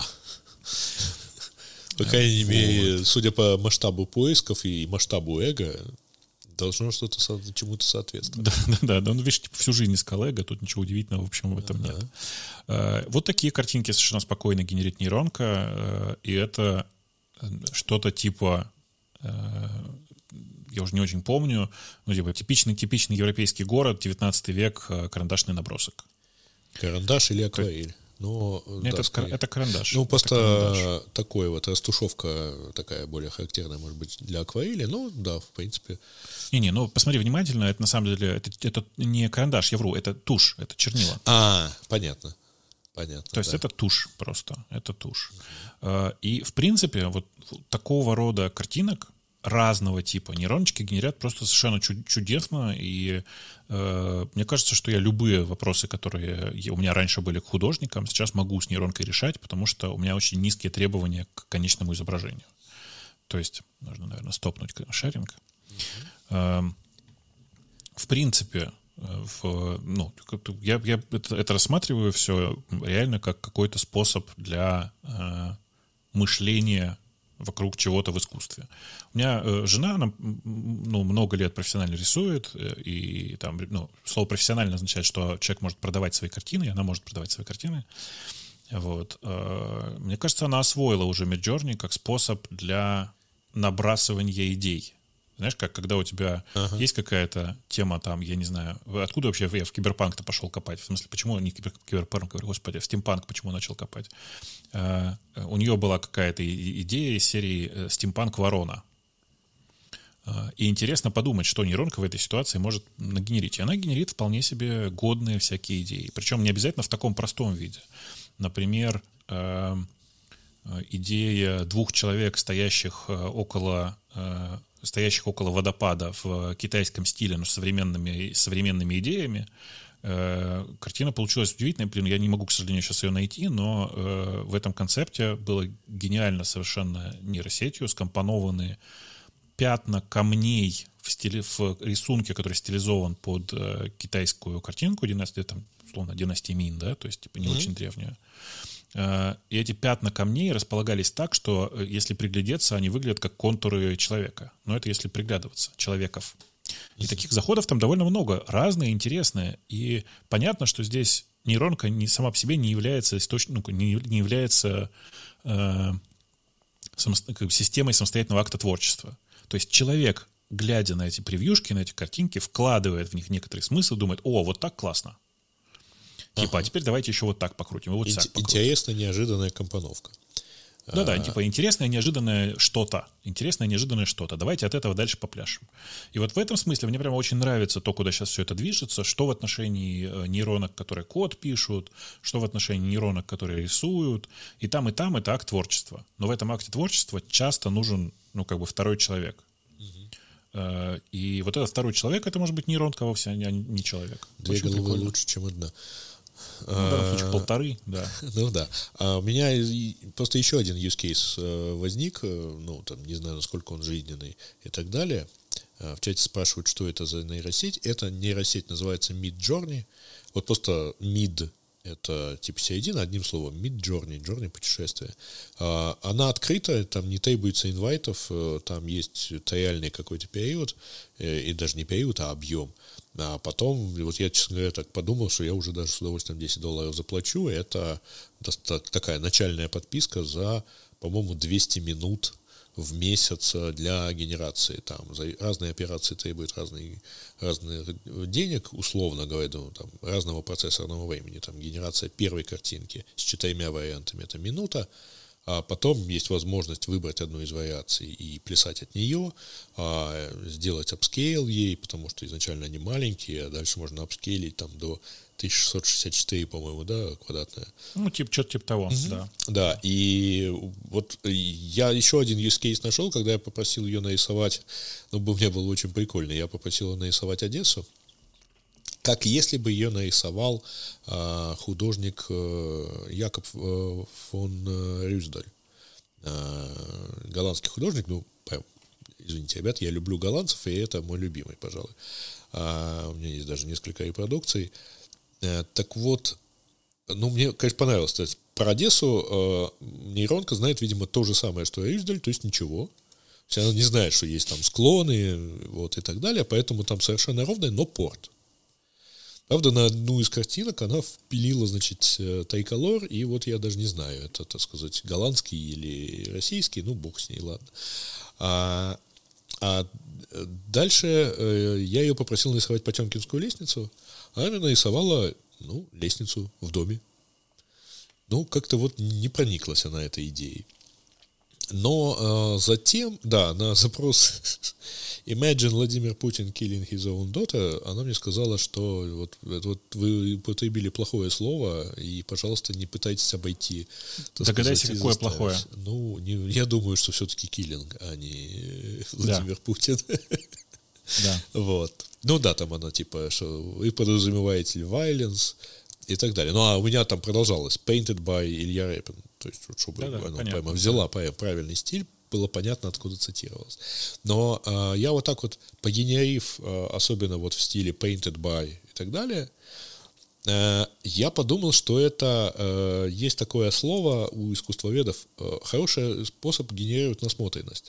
B: По крайней мере, вот. Судя по масштабу поисков и масштабу эго, должно что-то чему-то соответствовать.
A: Да, да, да. Да, ну, видишь, типа, всю жизнь искал эго, тут ничего удивительного, в общем, в этом ага. нет. Э, вот такие картинки совершенно спокойно генерит нейронка, э, и это что-то типа... Э, я уже не очень помню, ну, типа, типичный, типичный европейский город, девятнадцатый век, карандашный набросок.
B: Карандаш или акварель? Ну,
A: Нет,
B: да,
A: это, это карандаш.
B: Ну, просто
A: карандаш.
B: Такой вот растушевка такая более характерная, может быть, для акварели. Ну, да, в принципе.
A: Не-не, ну, посмотри внимательно, это на самом деле, это, это не карандаш, я вру, это тушь, это чернила.
B: А, понятно. Понятно.
A: То есть
B: да.
A: это тушь просто, это тушь. Uh-huh. И, в принципе, вот такого рода картинок разного типа нейроночки генерят просто совершенно чудесно, и э, мне кажется, что я любые вопросы, которые у меня раньше были к художникам, сейчас могу с нейронкой решать, потому что у меня очень низкие требования к конечному изображению. То есть нужно, наверное, стопнуть шеринг. Mm-hmm. Э, в принципе, в, ну, я, я это, это рассматриваю все реально как какой-то способ для э, мышления вокруг чего-то в искусстве. У меня э, жена, она ну, много лет профессионально рисует, э, и там, ну, слово профессионально означает, что человек может продавать свои картины, и она может продавать свои картины. Вот. Э, мне кажется, она освоила уже Midjourney как способ для набрасывания идей. Знаешь, как когда у тебя ага. есть какая-то тема там, я не знаю, откуда вообще я в киберпанк-то пошел копать? В смысле, почему не киберпанк, говорю, господи, в стимпанк почему начал копать? Uh, у нее была какая-то идея из серии «Стимпанк Ворона». Uh, и интересно подумать, что нейронка в этой ситуации может нагенерить. И она генерит вполне себе годные всякие идеи. Причем не обязательно в таком простом виде. Например, uh, идея двух человек, стоящих около... Uh, стоящих около водопада в китайском стиле, но с современными, современными идеями. Э, картина получилась удивительной. Блин, я не могу, к сожалению, сейчас ее найти, но э, в этом концепте было гениально совершенно нейросетью скомпонованы пятна камней в, стиле, в рисунке, который стилизован под э, китайскую картинку, династия, там, условно, династия Мин, да, то есть типа не mm-hmm. очень древнюю. И эти пятна камней располагались так, что, если приглядеться, они выглядят как контуры человека. Но это если приглядываться, человеков. И таких заходов там довольно много, разные, интересные. И понятно, что здесь нейронка не, сама по себе не является, источником, ну, не, не является э, само, как бы системой самостоятельного акта творчества. То есть человек, глядя на эти превьюшки, на эти картинки, вкладывает в них некоторый смысл, думает: о, вот так классно. Типа, ага. а теперь давайте еще вот так покрутим. Вот
B: Ин-
A: покрутим.
B: Интересная, неожиданная компоновка.
A: Да-да, типа интересное, неожиданное что-то. Интересное, неожиданное что-то. Давайте от этого дальше попляшем. И вот в этом смысле мне прямо очень нравится то, куда сейчас все это движется, что в отношении нейронок, которые код пишут, что в отношении нейронок, которые рисуют. И там, и там это акт творчества. Но в этом акте творчества часто нужен, ну, как бы второй человек. Угу. И вот этот второй человек, это может быть нейронка вовсе, а не человек.
B: Две очень головы прикольно. Лучше, чем одна.
A: Ну, в данном случае полторы, да.
B: Ну да. А у меня просто еще один use case возник, ну, там, не знаю, насколько он жизненный и так далее. В чате спрашивают, что это за нейросеть. Эта нейросеть называется Midjourney. Вот просто Mid — это типа си один, одним словом, Midjourney, Journey — путешествие. Она открыта, там не требуется инвайтов, там есть реальный какой-то период, и даже не период, а объем. А потом, вот я, честно говоря, так подумал, что я уже даже с удовольствием десять долларов заплачу. Это такая начальная подписка за, по-моему, двести минут в месяц для генерации. Там за разные операции требуют разные, разные денег, условно говоря, ну, там, разного процессорного времени. Там генерация первой картинки с четырьмя вариантами — это минута. А потом есть возможность выбрать одну из вариаций и плясать от нее, а, сделать апскейл ей, потому что изначально они маленькие, а дальше можно апскейлить там до тысяча шестьсот шестьдесят четыре, по-моему, да, квадратная.
A: Ну, типа, что-то типа того, угу. да.
B: Да, и вот я еще один use case нашел, когда я попросил ее нарисовать, ну, у меня было очень прикольно, я попросил ее нарисовать Одессу, как если бы ее нарисовал э, художник э, Якоб э, фон э, Рюздель. Э, голландский художник, ну, извините, ребят, я люблю голландцев, и это мой любимый, пожалуй. Э, у меня есть даже несколько репродукций. Э, так вот, ну, мне, конечно, понравилось. То есть, про Одессу э, нейронка знает, видимо, то же самое, что и Рюздель, то есть ничего. То есть она не знает, что есть там склоны, вот, и так далее, поэтому там совершенно ровный, но порт. Правда, на одну из картинок она впилила, значит, триколор, и вот я даже не знаю, это, так сказать, голландский или российский, ну, бог с ней, ладно. А, а дальше э, я ее попросил нарисовать Потемкинскую лестницу, а она нарисовала, ну, лестницу в доме. Ну, как-то вот не прониклась она этой идеей. Но э, затем, да, на запрос Imagine Владимир Путин killing his own daughter, она мне сказала, что вот, вот вы употребили плохое слово, и, пожалуйста, не пытайтесь обойти.
A: Догадайся, сказать, какое плохое?
B: Ну, не, я думаю, что все-таки киллинг, а не Владимир да. Путин.
A: Да.
B: Вот. Ну да, там она типа, что вы подразумеваете violence и так далее. Ну, а у меня там продолжалось painted by Илья Репин. То есть, чтобы да, да, она прямо взяла правильный стиль, было понятно, откуда цитировалось. Но э, я вот так вот, погенерив, э, особенно вот в стиле painted by и так далее, э, я подумал, что это э, есть такое слово у искусствоведов, э, хороший способ генерировать насмотренность.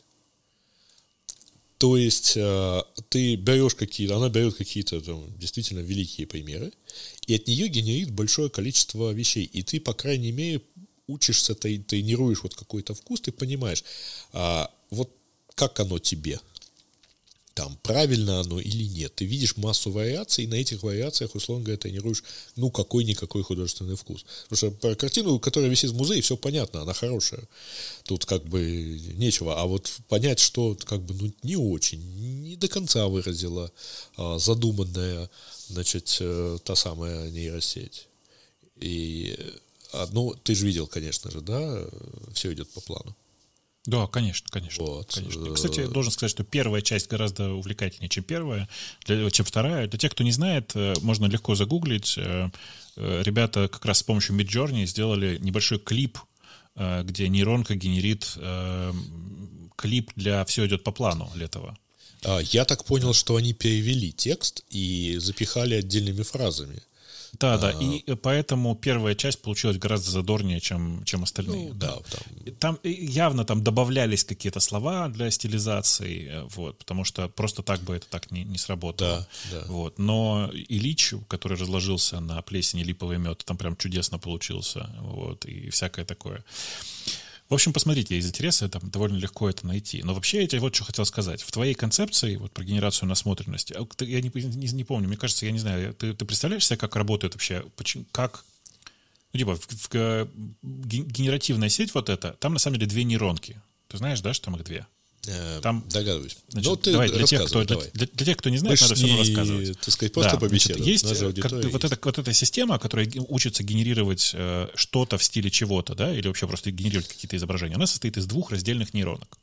B: То есть э, ты берешь какие-то, она берет какие-то там, действительно великие примеры, и от нее генерит большое количество вещей. И ты, по крайней мере, учишься, ты тренируешь вот какой-то вкус, ты понимаешь, а, вот как оно тебе, там, правильно оно или нет. Ты видишь массу вариаций, и на этих вариациях, условно говоря, тренируешь, ну, какой-никакой художественный вкус. Потому что про картину, которая висит в музее, все понятно, она хорошая. Тут как бы нечего. А вот понять, что как бы, ну, не очень, не до конца выразила а, задуманная, значит, та самая нейросеть. И ну, ты же видел, конечно же, да, все идет по плану.
A: Да, конечно, конечно.
B: Вот.
A: конечно. И, кстати, я должен сказать, что первая часть гораздо увлекательнее, чем первая, для, чем вторая. Для тех, кто не знает, можно легко загуглить. Ребята как раз с помощью Midjourney сделали небольшой клип, где нейронка генерит клип для «Все идет по плану» Летова.
B: Я так понял, что они перевели текст и запихали отдельными фразами.
A: Да, да, и поэтому первая часть получилась гораздо задорнее, чем, чем остальные.
B: Ну,
A: да.
B: Да,
A: там. там явно там добавлялись какие-то слова для стилизации, вот, потому что просто так бы это так не, не сработало.
B: Да, да.
A: Вот. Но Ильич, который разложился на плесени липовый мед, там прям чудесно получился, вот, и всякое такое. В общем, посмотрите, из интереса там довольно легко это найти. Но вообще я тебе вот что хотел сказать. В твоей концепции вот про генерацию насмотренности, я не, не, не помню, мне кажется, я не знаю, ты, ты представляешь себе, как работает вообще, почему, как... Ну, типа, в, в, в, генеративная сеть вот эта, там на самом деле две нейронки. Ты знаешь, да, что там их две?
B: Там, догадываюсь.
A: Значит, ну, ты давай, для тех, кто, для, для, для тех, кто не знает, Мы надо все равно рассказывать.
B: Так сказать, просто
A: да,
B: побеседовать.
A: Есть, как, вот, эта, вот эта система, которая учится генерировать э, что-то в стиле чего-то, да, или вообще просто генерировать какие-то изображения, она состоит из двух раздельных нейронок.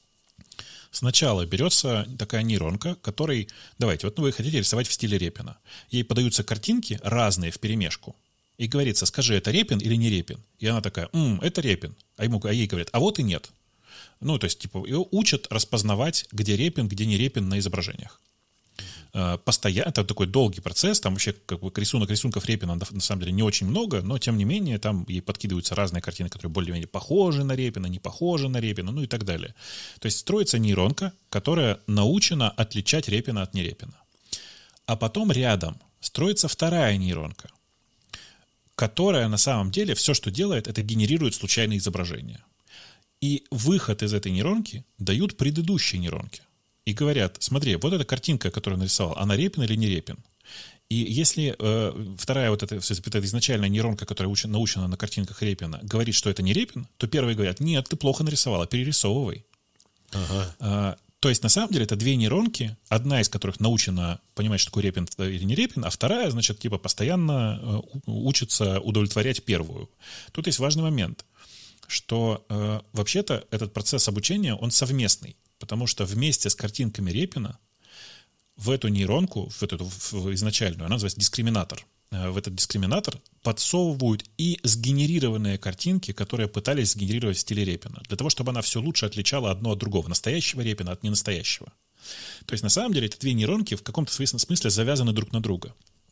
A: Сначала берется такая нейронка, которой, давайте, вот вы хотите рисовать в стиле Репина. Ей подаются картинки разные вперемешку. И говорится, скажи, это Репин или не Репин? И она такая, М, это Репин. А, ему, а ей говорят, а вот и нет. Ну, то есть, типа, ее учат распознавать, где Репин, где не Репин на изображениях. Постоянно, это такой долгий процесс, там вообще как бы рисунок рисунков Репина на самом деле не очень много, но тем не менее там ей подкидываются разные картины, которые более-менее похожи на Репина, не похожи на Репина, ну и так далее. То есть строится нейронка, которая научена отличать Репина от нерепина. А потом рядом строится вторая нейронка, которая на самом деле все, что делает, это генерирует случайные изображения. И выход из этой нейронки дают предыдущие нейронки. И говорят, смотри, вот эта картинка, которую я нарисовал, она Репин или не Репин? И если э, вторая вот эта, эта изначальная нейронка, которая учена, научена на картинках Репина, говорит, что это не Репин, то первые говорят, нет, ты плохо нарисовала, перерисовывай. Ага. А, то есть на самом деле это две нейронки, одна из которых научена понимать, что такое Репин или не Репин, а вторая, значит, типа постоянно э, учится удовлетворять первую. Тут есть важный момент, что э, вообще-то этот процесс обучения, он совместный. Потому что вместе с картинками Репина в эту нейронку, в эту в изначальную, она называется дискриминатор, в этот дискриминатор подсовывают и сгенерированные картинки, которые пытались сгенерировать в стиле Репина, для того, чтобы она все лучше отличала одно от другого, настоящего Репина от ненастоящего. То есть на самом деле эти две нейронки в каком-то смысле завязаны друг на друга.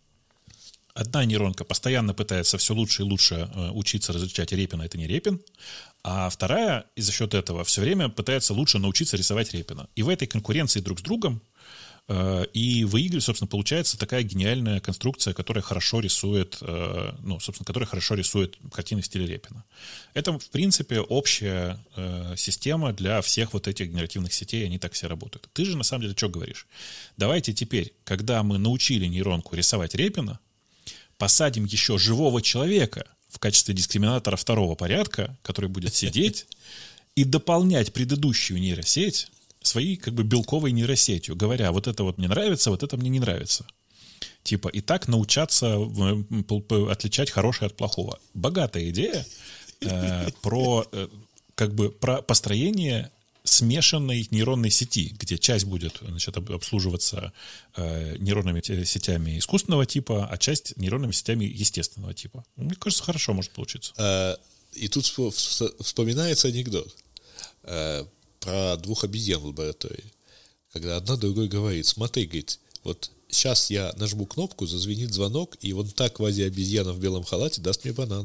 A: Одна нейронка постоянно пытается все лучше и лучше учиться различать Репина, это не Репин, а вторая и за счет этого все время пытается лучше научиться рисовать Репина. И в этой конкуренции друг с другом э, и в игре, собственно, получается такая гениальная конструкция, которая хорошо рисует, э, ну, собственно, которая хорошо рисует картины в стиле Репина. Это, в принципе, общая э, система для всех вот этих генеративных сетей, они так все работают. Ты же, на самом деле, что говоришь? Давайте теперь, когда мы научили нейронку рисовать Репина, посадим еще живого человека в качестве дискриминатора второго порядка, который будет сидеть и дополнять предыдущую нейросеть своей как бы белковой нейросетью, говоря, вот это вот мне нравится, вот это мне не нравится. Типа, и так научаться отличать хорошее от плохого. Богатая идея э, про, э, как бы, про построение смешанной нейронной сети, где часть будет, значит, обслуживаться э, нейронными сетями искусственного типа, а часть нейронными сетями естественного типа. Мне кажется, хорошо может получиться.
B: А, и тут вспоминается анекдот а, про двух обезьян в лаборатории. Когда одна другой говорит, смотри, говорит, вот сейчас я нажму кнопку, зазвенит звонок, и вон та квази-обезьяна в белом халате даст мне банан.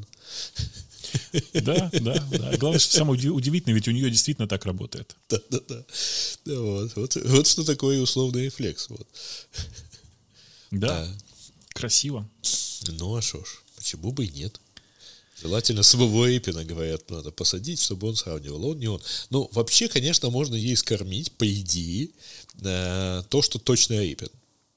A: Да, да, да. Главное, что самое удивительное, ведь у нее действительно так работает.
B: Да, да, да. Вот, вот, вот что такое условный рефлекс. Вот.
A: Да, да, красиво.
B: Ну, а шо ж, почему бы и нет? Желательно самого Репина, говорят, надо посадить, чтобы он сравнивал. Он не он. Ну, вообще, конечно, можно ей скормить, по идее, то, что точно Репин.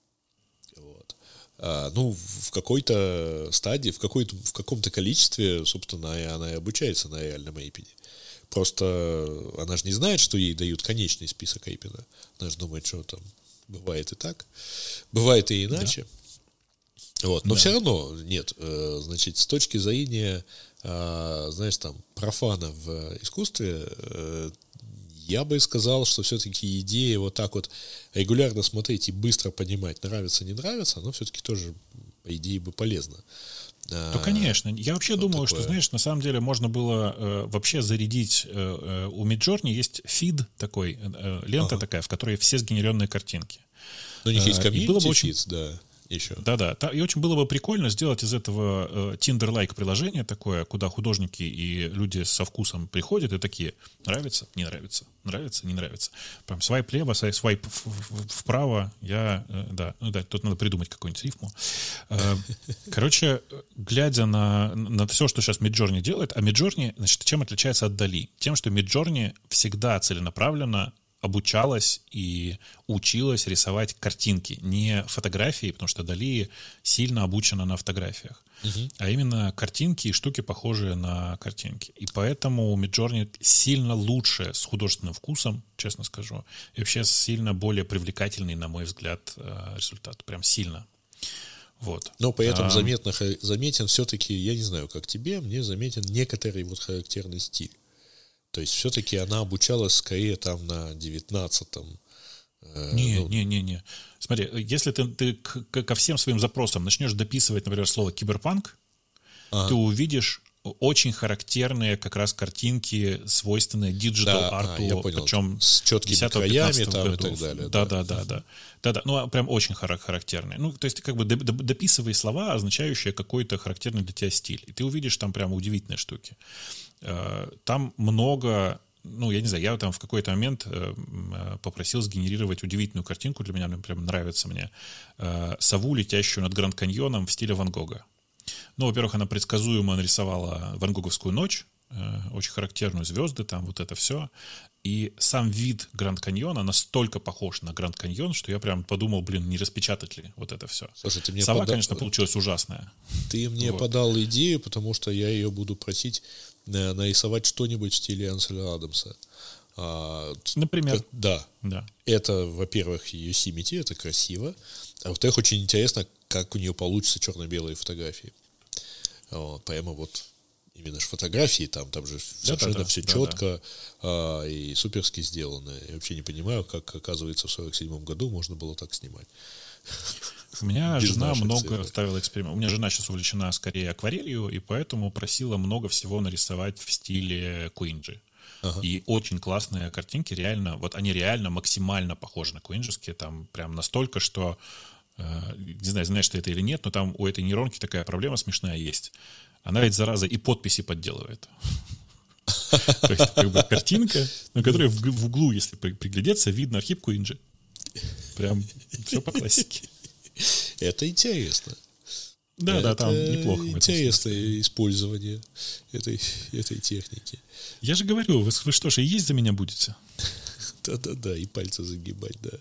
B: А, ну, в какой-то стадии, в, какой-то, в каком-то количестве, собственно, она и обучается на реальном Репине. Просто она же не знает, что ей дают конечный список Репина. Она же думает, что там бывает и так, бывает и иначе. Да. Вот. Но да. Все равно нет. Значит, с точки зрения, знаешь, там, профана в искусстве, я бы сказал, что все-таки идея вот так вот регулярно смотреть и быстро понимать, нравится, не нравится, оно все-таки тоже, по идее, бы полезно.
A: Ну, конечно. Я вообще вот думаю, такое. Что, знаешь, на самом деле можно было э, вообще зарядить... Э, у Midjourney есть фид такой, э, лента ага. такая, в которой все сгенеренные картинки.
B: Ну, у них есть комьюнити,
A: было бы очень...
B: фид, да. Еще.
A: Да-да, и очень было бы прикольно сделать из этого э, Tinder-like приложение такое, куда художники и люди со вкусом приходят и такие, нравится, не нравится, нравится, не нравится. Прям свайп лево, свайп вправо, я, э, да, ну да, тут надо придумать какую-нибудь рифму. Э, короче, глядя на, на все, что сейчас Midjourney делает, а Midjourney, значит, чем отличается от Dall-E? Тем, что Midjourney всегда целенаправленно обучалась и училась рисовать картинки, не фотографии, потому что Дали сильно обучена на фотографиях, uh-huh. а именно картинки и штуки, похожие на картинки. И поэтому Midjourney сильно лучше с художественным вкусом, честно скажу, и вообще сильно более привлекательный, на мой взгляд, результат. Прям сильно. Вот.
B: Но при этом а... заметно, заметен все-таки, я не знаю, как тебе, мне заметен некоторый вот характерный стиль. То есть все-таки она обучалась скорее там на девятнадцатом. Э,
A: не,
B: ну...
A: не, не, не. Смотри, если ты, ты к, ко всем своим запросам начнешь дописывать, например, слово киберпанк, ага. ты увидишь очень характерные как раз картинки, свойственные диджитал-арту,
B: да,
A: причем
B: с четкими краями там и так далее.
A: Да, да, да, да. Да, да. Ну, прям очень характерные. Ну, то есть ты как бы дописывай слова, означающие какой-то характерный для тебя стиль. И ты увидишь там прям удивительные штуки. Там много, ну, я не знаю, я там в какой-то момент попросил сгенерировать удивительную картинку, для меня прям нравится мне, сову, летящую над Гранд Каньоном в стиле Ван Гога. Ну, во-первых, она предсказуемо нарисовала Ван Гоговскую ночь, очень характерную, звезды там, вот это все. И сам вид Гранд Каньона настолько похож на Гранд Каньон, что я прям подумал, блин, не распечатать ли вот это все.
B: Слушай, ты мне
A: Сова,
B: пода...
A: конечно, получилась ужасная.
B: Ты мне вот. подал идею, потому что я ее буду просить нарисовать что-нибудь в стиле Анселя Адамса. А,
A: Например.
B: Как, да.
A: да.
B: Это, во-первых, Yosemite, это красиво. А во-вторых, очень интересно, как у нее получатся черно-белые фотографии. Вот, прямо вот именно же фотографии, там, там же совершенно да, да, все да, четко да. А, и суперски сделано. Я вообще не понимаю, как, оказывается, в сорок седьмом году можно было так снимать.
A: У меня жена много цифр. ставила экспериментов. У меня жена сейчас увлечена скорее акварелью, и поэтому просила много всего нарисовать в стиле Куинджи. Ага. И очень классные картинки, реально, вот они реально максимально похожи на куинджевские, там прям настолько, что э, не знаю, знаешь ты это или нет, но там у этой нейронки такая проблема смешная есть. Она ведь, зараза, и подписи подделывает. То есть, как бы картинка, на которой в углу, если приглядеться, видно архив Куинджи. Прям все по классике.
B: Это интересно.
A: Да,
B: это
A: да, там неплохо.
B: Интересное использование этой, этой техники.
A: Я же говорю, вы, вы что же, и есть за меня будете?
B: Да-да-да, и пальцы загибать, да.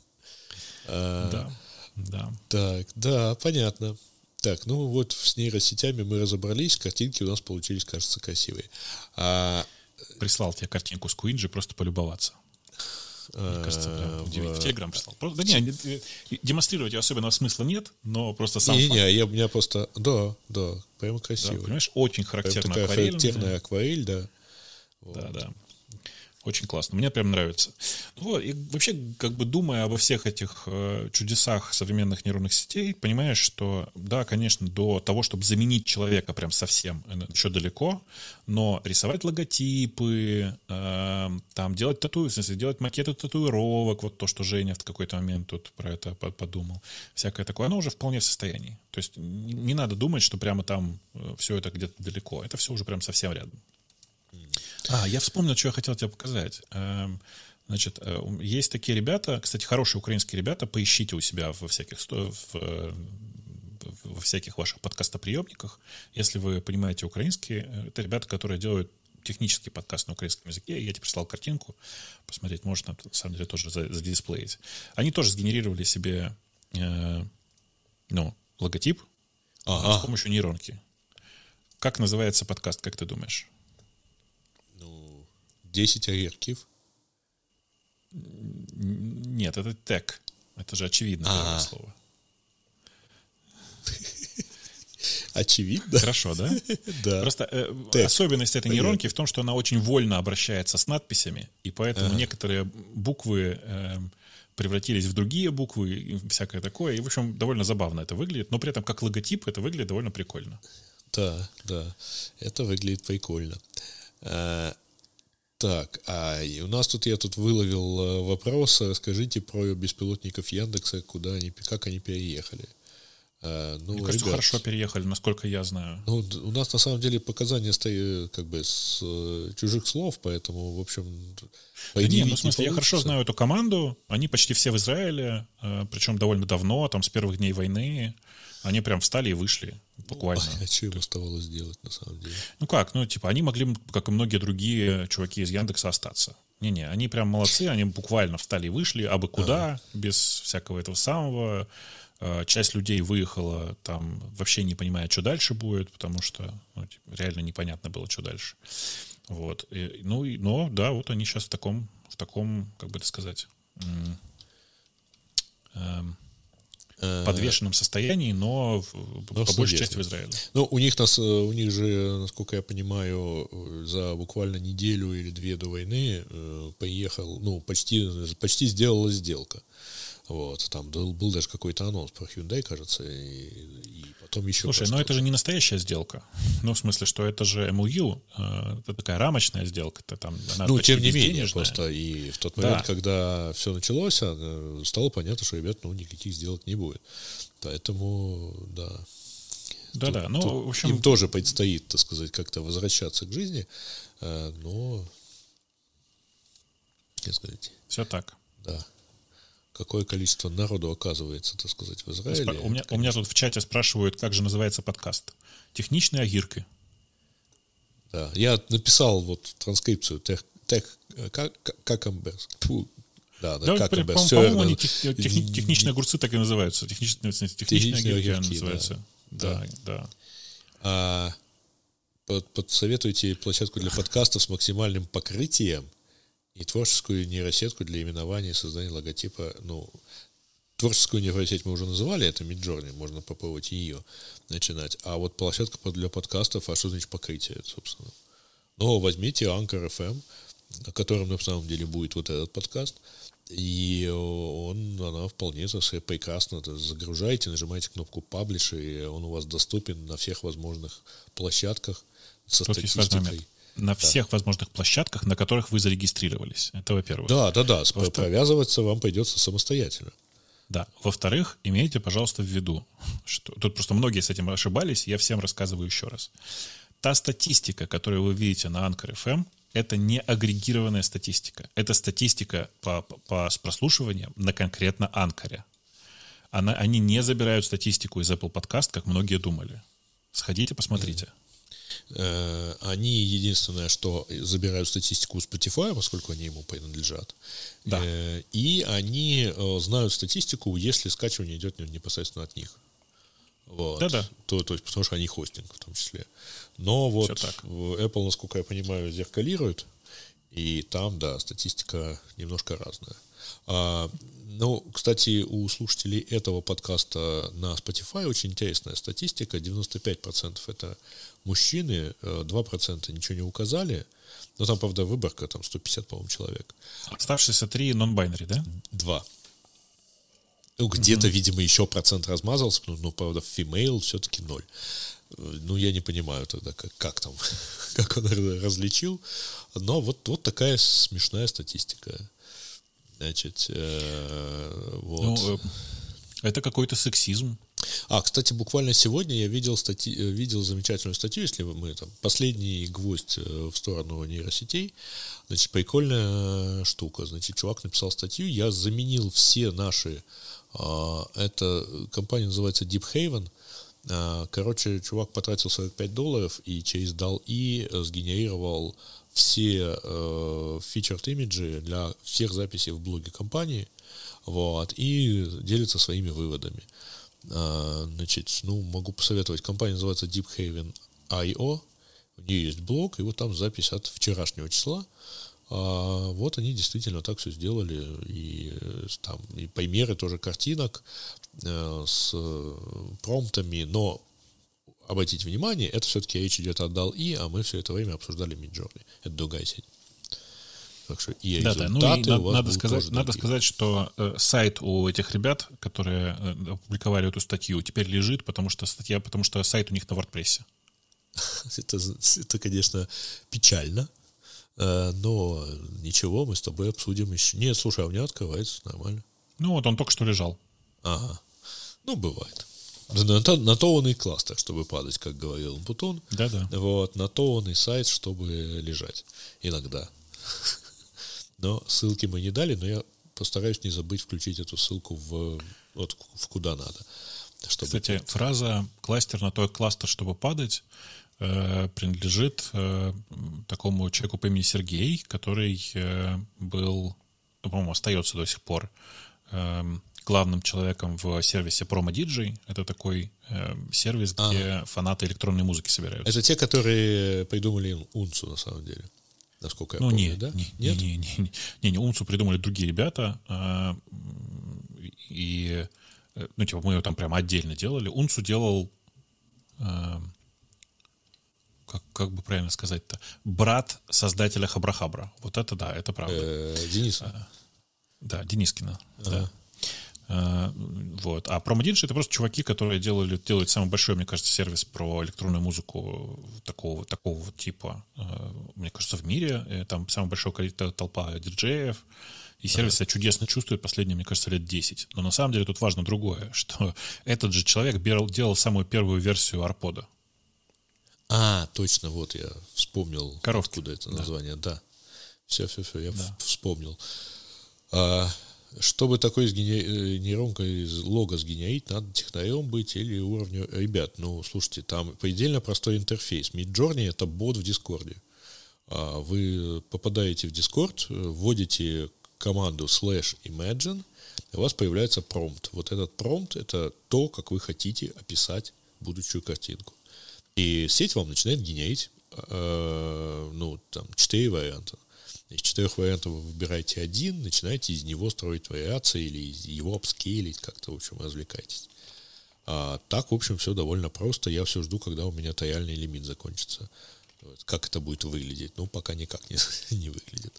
A: А, да, да.
B: Так, да, понятно. Так, ну вот с нейросетями мы разобрались, картинки у нас получились, кажется, красивые. А...
A: Прислал тебе картинку с Куинджи, просто полюбоваться. Мне кажется, прям удивительно. В Телеграм прислал. Просто, да не, демонстрировать ее особенного смысла нет, но просто сам
B: не,
A: факт.
B: Не, я, у меня просто... Да, да, прямо красиво.
A: Да, понимаешь, очень характерная
B: такая
A: акварель.
B: характерная акварель, да.
A: Вот. Да, да. Очень классно. Мне прям нравится. Вот, и вообще, как бы думая обо всех этих э, чудесах современных нейронных сетей, понимаешь, что, да, конечно, до того, чтобы заменить человека прям совсем, еще далеко, но рисовать логотипы, э, там, делать тату, в смысле, делать макеты татуировок, вот то, что Женя в какой-то момент тут про это подумал, всякое такое, оно уже вполне в состоянии. То есть не, не надо думать, что прямо там все это где-то далеко. Это все уже прям совсем рядом. А, я вспомнил, что я хотел тебе показать. Значит, есть такие ребята, кстати, хорошие украинские ребята, поищите у себя во всяких, в, во всяких ваших подкастоприемниках. Если вы понимаете украинский, это ребята, которые делают технический подкаст на украинском языке. Я тебе прислал картинку, посмотреть, можно, на самом деле, тоже задисплеить. Они тоже сгенерировали себе э, ну, логотип ага. с помощью нейронки. Как называется подкаст, как ты думаешь?
B: десять огурков?
A: Нет, это тег. Это же очевидно первое слово.
B: Очевидно?
A: Хорошо, да?
B: Да.
A: Просто э, особенность этой нейронки в том, что она очень вольно обращается с надписями, и поэтому ага. некоторые буквы э, превратились в другие буквы, и всякое такое. И, в общем, довольно забавно это выглядит, но при этом как логотип это выглядит довольно прикольно.
B: Да, да. Это выглядит прикольно. Так, а у нас тут, я тут выловил вопрос, расскажите про беспилотников Яндекса, куда они, как они переехали. А, ну,
A: Мне кажется,
B: ребят,
A: хорошо переехали, насколько я знаю.
B: Ну, у нас на самом деле показания стоят как бы с э, чужих слов, поэтому, в общем,
A: да нет, ну, в смысле, я хорошо знаю эту команду, они почти все в Израиле, э, причем довольно давно, там с первых дней войны. Они прям встали и вышли, буквально.
B: Ну, а что им оставалось делать, на самом деле?
A: Ну как, ну типа они могли, как и многие другие чуваки из Яндекса, остаться. Не-не, они прям молодцы, они буквально встали и вышли, абы куда, ага. без всякого этого самого. Часть людей выехала там, вообще не понимая, что дальше будет, потому что ну, типа, реально непонятно было, что дальше. Вот. И, ну, и, но, да, вот они сейчас в таком, в таком, как бы это сказать, м- м- подвешенном состоянии, но, но по большей части в Израиле.
B: Ну, у них, нас, у них же, насколько я понимаю, за буквально неделю или две до войны поехал, ну, почти, почти сделалась сделка. Вот, там был, был даже какой-то анонс про Hyundai, кажется, и, и потом еще...
A: Слушай, но это же не настоящая сделка. Ну, в смысле, что это же эм эл ю, это такая рамочная сделка. Это там, она
B: ну, тем не менее, просто и в тот момент, да. когда все началось, стало понятно, что, ребят, ну, никаких сделок не будет. Поэтому, да.
A: Да-да, тут, ну,
B: тут
A: в общем...
B: Им тоже предстоит, так сказать, как-то возвращаться к жизни, но... Как сказать...
A: Все так.
B: Да. Какое количество народу оказывается, так сказать, в Израиле.
A: У меня, у меня тут в чате спрашивают, как же называется подкаст. «Техничные огирки».
B: Да, я написал вот транскрипцию тех, тех как, как амберс. Да, да,
A: да,
B: как
A: по,
B: амберс.
A: По, по-моему, они тех, техни, техничные огурцы так и называются. Техничные, техничные огирки, огирки называются. Да, да. да.
B: А, под, подсоветуйте площадку для подкастов с максимальным покрытием и творческую нейросетку для именования и создания логотипа. Ну, творческую нейросеть мы уже называли, это Midjourney, можно попробовать ее начинать. А вот площадка для подкастов, а что значит покрытие, собственно? Ну, возьмите Anchor эф эм, на котором на самом деле будет вот этот подкаст, и он, она вполне прекрасно загружаете, нажимаете кнопку Publish, и он у вас доступен на всех возможных площадках со
A: Тут
B: статистикой.
A: На
B: да.
A: всех возможных площадках, на которых вы зарегистрировались. Это во-первых.
B: Да, да, да. Во-вторых, провязываться вам придется самостоятельно.
A: Да. Во-вторых, имейте, пожалуйста, в виду, что тут просто многие с этим ошибались, я всем рассказываю еще раз. Та статистика, которую вы видите на Anchor эф эм, это не агрегированная статистика. Это статистика по, по, по прослушиваниям на конкретно Анкоре. Она, они не забирают статистику из Apple Podcast, как многие думали. Сходите, посмотрите. Mm-hmm.
B: Они единственное, что забирают статистику у Spotify, поскольку они ему принадлежат.
A: Да.
B: И они знают статистику, если скачивание идет непосредственно от них. Вот.
A: Да-да.
B: То, то есть, потому что они хостинг в том числе. Но вот Apple, насколько я понимаю, зеркалирует, и там, да, статистика немножко разная. А, ну, кстати, у слушателей этого подкаста на Spotify очень интересная статистика. девяносто пять процентов это мужчины, два процента ничего не указали. Но там, правда, выборка, там сто пятьдесят, по-моему, человек.
A: Оставшиеся три non-binary, да?
B: Два. Ну, где-то, mm-hmm. видимо, еще процент размазался, но, ну, правда, female все-таки ноль. Ну, я не понимаю тогда, как, как там, как он различил. Но вот, вот такая смешная статистика. Значит, э, вот.
A: Ну, это какой-то сексизм.
B: А, кстати, буквально сегодня я видел, стати... видел замечательную статью, если мы там последний гвоздь в сторону нейросетей. Значит, прикольная штука. Значит, чувак написал статью, я заменил все наши... А, эта компания называется Deep Haven. А, короче, чувак потратил сорок пять долларов и через дал-и сгенерировал все э, featured имиджи для всех записей в блоге компании, вот, и делится своими выводами. А, значит, ну, могу посоветовать. Компания называется Deep Haven точка ай о. У нее есть блог, и вот там запись от вчерашнего числа. А, вот они действительно так все сделали. И там и примеры тоже картинок э, с промптами, но обратите внимание, это все-таки речь идет о дал-и, а мы все это время обсуждали Midjourney. Это другая сеть. Так что и
A: да,
B: результаты
A: да. Ну, и
B: у вас
A: надо, сказать, надо
B: другие.
A: сказать, что э, сайт у этих ребят, которые э, опубликовали эту статью, теперь лежит, потому что статья, потому что сайт у них на WordPress.
B: это, это, конечно, печально, э, но ничего, мы с тобой обсудим еще. Нет, слушай, а у меня открывается нормально.
A: Ну, вот он только что лежал.
B: Ага. Ну, бывает. На то, на то он и кластер, чтобы падать, как говорил Бутон.
A: Да-да.
B: Вот, на то он и сайт, чтобы лежать. Иногда. Но ссылки мы не дали, но я постараюсь не забыть включить эту ссылку в, вот, в куда надо. Чтобы...
A: Кстати, фраза «кластер на той кластер, чтобы падать» э, принадлежит э, такому человеку по имени Сергей, который э, был, ну, по-моему, остается до сих пор э, главным человеком в сервисе PromoDJ. Это такой э, сервис, где ага. фанаты электронной музыки собираются.
B: Это те, которые придумали Унцу, на самом деле. Насколько я
A: ну,
B: помню,
A: не,
B: да?
A: Не, Нет? Не, не, не, не, не, Унцу придумали другие ребята. Э, и, ну, типа, мы ее там прямо отдельно делали. Унцу делал, э, как, как бы правильно сказать-то, брат создателя Хабра-Хабра. Вот это да, это правда.
B: Дениса.
A: Да, Денискина, да. Вот. А PromoDJ — это просто чуваки, которые делали, делают самый большой, мне кажется, сервис про электронную музыку такого, такого вот типа, мне кажется, в мире. Там самая большая толпа диджеев, и сервис себя чудесно чувствует последние, мне кажется, лет десять. Но на самом деле тут важно другое, что этот же человек делал самую первую версию Арпода.
B: А, точно, вот я вспомнил,
A: Коровки.
B: Откуда это название, да. да. Все, все, все, я
A: да.
B: вспомнил. А, чтобы такой из гене... нейронкой из лога сгенерить, надо технарем быть или уровню... Ребят, ну, слушайте, там предельно простой интерфейс. Midjourney — это бот в Дискорде. А вы попадаете в Discord, вводите команду slash imagine, и у вас появляется промпт. Вот этот промпт — это то, как вы хотите описать будущую картинку. И сеть вам начинает генерить, э, ну, там, четыре варианта. Из четырех вариантов вы выбираете один, начинаете из него строить вариации или его апскейлить, как-то, в общем, развлекайтесь. А так, в общем, все довольно просто. Я все жду, когда у меня триальный лимит закончится. Как это будет выглядеть? Ну, пока никак не, не выглядит.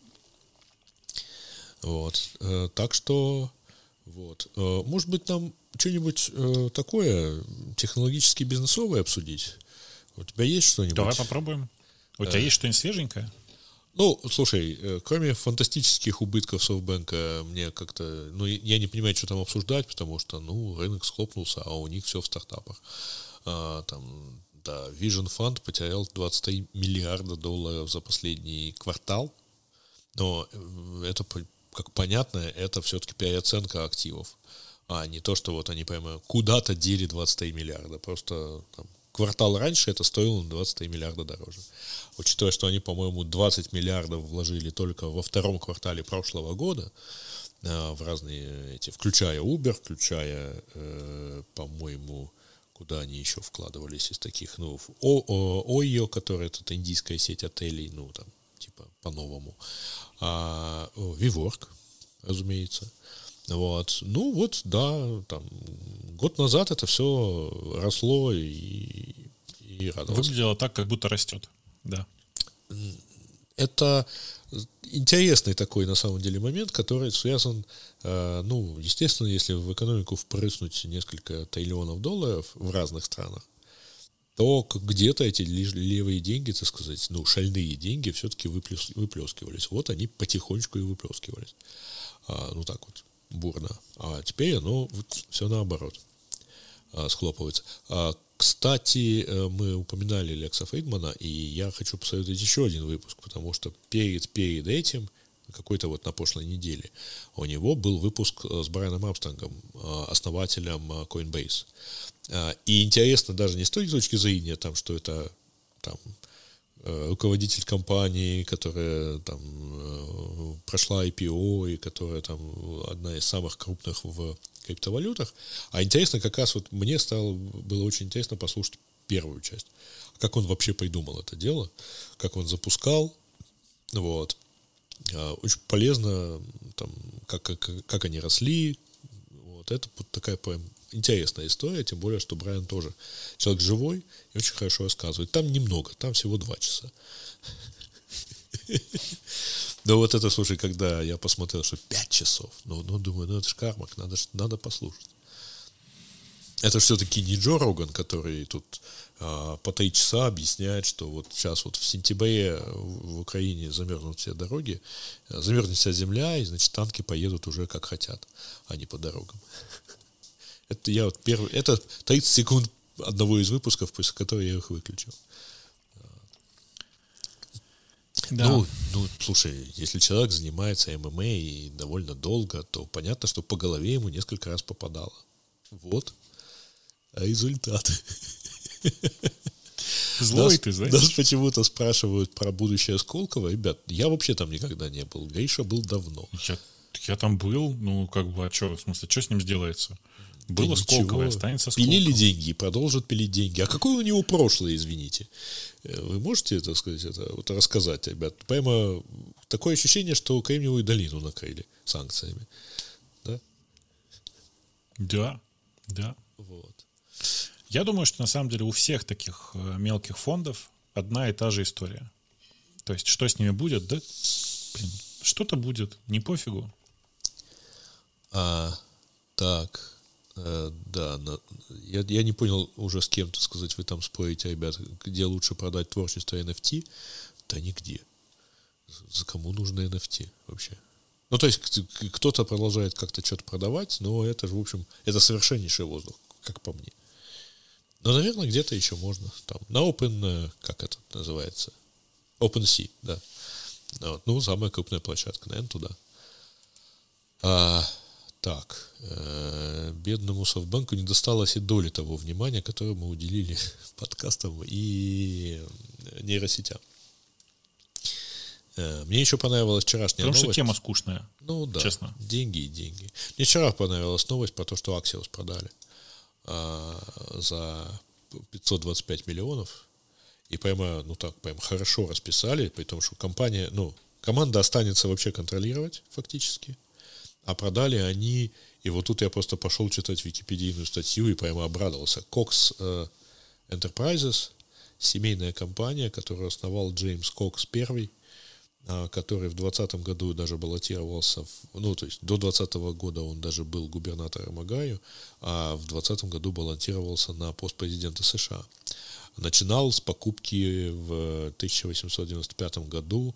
B: Вот. Так что, вот. Может быть, нам что-нибудь такое технологически бизнесовое обсудить? У тебя есть что-нибудь?
A: Давай попробуем. У тебя есть что-нибудь свеженькое?
B: Ну, слушай, кроме фантастических убытков SoftBank, мне как-то... Ну, я не понимаю, что там обсуждать, потому что, ну, рынок схлопнулся, а у них все в стартапах. А, там, да, Vision Fund потерял двадцать три миллиарда долларов за последний квартал. Но это, как понятно, это все-таки переоценка активов. А не то, что вот они прямо куда-то дели двадцать три миллиарда. Просто там, квартал раньше это стоило на двадцать три миллиарда дороже. Учитывая, что они, по-моему, двадцать миллиардов вложили только во втором квартале прошлого года э, в разные эти, включая Uber, включая, э, по-моему, куда они еще вкладывались из таких, ну, Ойо, которая это индийская сеть отелей, ну, там, типа, по-новому. А, WeWork, разумеется. Вот. Ну, вот, да, там, год назад это все росло и, и радовалось.
A: Выглядело так, как будто растет, да.
B: Это интересный такой, на самом деле, момент, который связан, э, ну, естественно, если в экономику впрыснуть несколько триллионов долларов в разных странах, то где-то эти левые деньги, так сказать, ну, шальные деньги все-таки выплес, выплескивались. Вот они потихонечку и выплескивались. А, ну, так вот, бурно. А теперь оно вот все наоборот а, схлопывается. А, кстати, мы упоминали Лекса Фридмана, и я хочу посоветовать еще один выпуск, потому что перед, перед этим, какой-то вот на прошлой неделе, у него был выпуск с Брайаном Армстронгом, основателем Coinbase. И интересно даже не с той точки зрения, там, что это там, руководитель компании, которая там, прошла ай пи о и которая там, одна из самых крупных в криптовалютах. А интересно, как раз вот мне стало, было очень интересно послушать первую часть. Как он вообще придумал это дело, как он запускал. Вот. Очень полезно, там, как, как, как они росли. Вот. Это вот такая прям интересная история, тем более, что Брайан тоже человек живой и очень хорошо рассказывает. Там немного, там всего два часа. Но вот это, слушай, когда я посмотрел, что пять часов, ну, ну думаю, ну это ж кармак, надо, надо послушать. Это все-таки не Джо Роган, который тут а, по три часа объясняет, что вот сейчас вот в сентябре в Украине замерзнут все дороги, замерзнет вся земля, и, значит, танки поедут уже как хотят, а не по дорогам. Это я вот первый, это тридцать секунд одного из выпусков, после которого я их выключил. Да. Ну, ну, слушай, если человек занимается эм эм а и довольно долго, то понятно, что по голове ему несколько раз попадало. Вот. А результат?
A: Злой
B: нас,
A: ты, знаешь.
B: Нас почему-то спрашивают про будущее Сколково. Ребят, я вообще там никогда не был. Гриша был давно.
A: Я, я там был, ну, как бы, а что, в смысле, что с ним сделается?
B: Да
A: Было Сколково, и
B: ничего.
A: останется Сколково.
B: Пилили деньги, продолжат пилить деньги. А какое у него прошлое, извините? Вы можете, так сказать, это вот рассказать, ребят? Прямо такое ощущение, что Кремниевую долину накрыли санкциями. Да?
A: Да, да.
B: Вот.
A: Я думаю, что на самом деле у всех таких мелких фондов одна и та же история. То есть, что с ними будет? Да, блин, что-то будет, не пофигу.
B: А, так, э, да, на, я, я не понял уже с кем, так сказать, вы там спорите, ребята, где лучше продать творчество эн эф ти? Да нигде. За кому нужно эн эф ти вообще? Ну, то есть, кто-то продолжает как-то что-то продавать, но это же, в общем, это совершеннейший воздух, как по мне. Но, наверное, где-то еще можно. Там, на Open, как это называется? OpenSea, да. Вот. Ну, самая крупная площадка, наверное, туда. А, так, э, бедному Софтбанку не досталось и доли того внимания, которое мы уделили подкастам и нейросетям. Э, мне еще понравилась вчерашняя
A: Потому
B: новость.
A: что тема скучная.
B: Ну да,
A: честно.
B: деньги и деньги. Мне вчера понравилась новость про то, что Axios продали за пятьсот двадцать пять миллионов. И прямо, ну так, прямо хорошо расписали, при том, что компания, ну, команда останется вообще контролировать фактически. А продали они, и вот тут я просто пошел читать википедийную статью и прямо обрадовался. Cox э, Enterprises, семейная компания, которую основал Джеймс Кокс первый, э, который в двадцатом году даже баллотировался, в, ну, то есть до двадцатого года он даже был губернатором Огайо, а в двадцатом году баллотировался на пост президента США. Начинал с покупки в тысяча восемьсот девяносто пятом году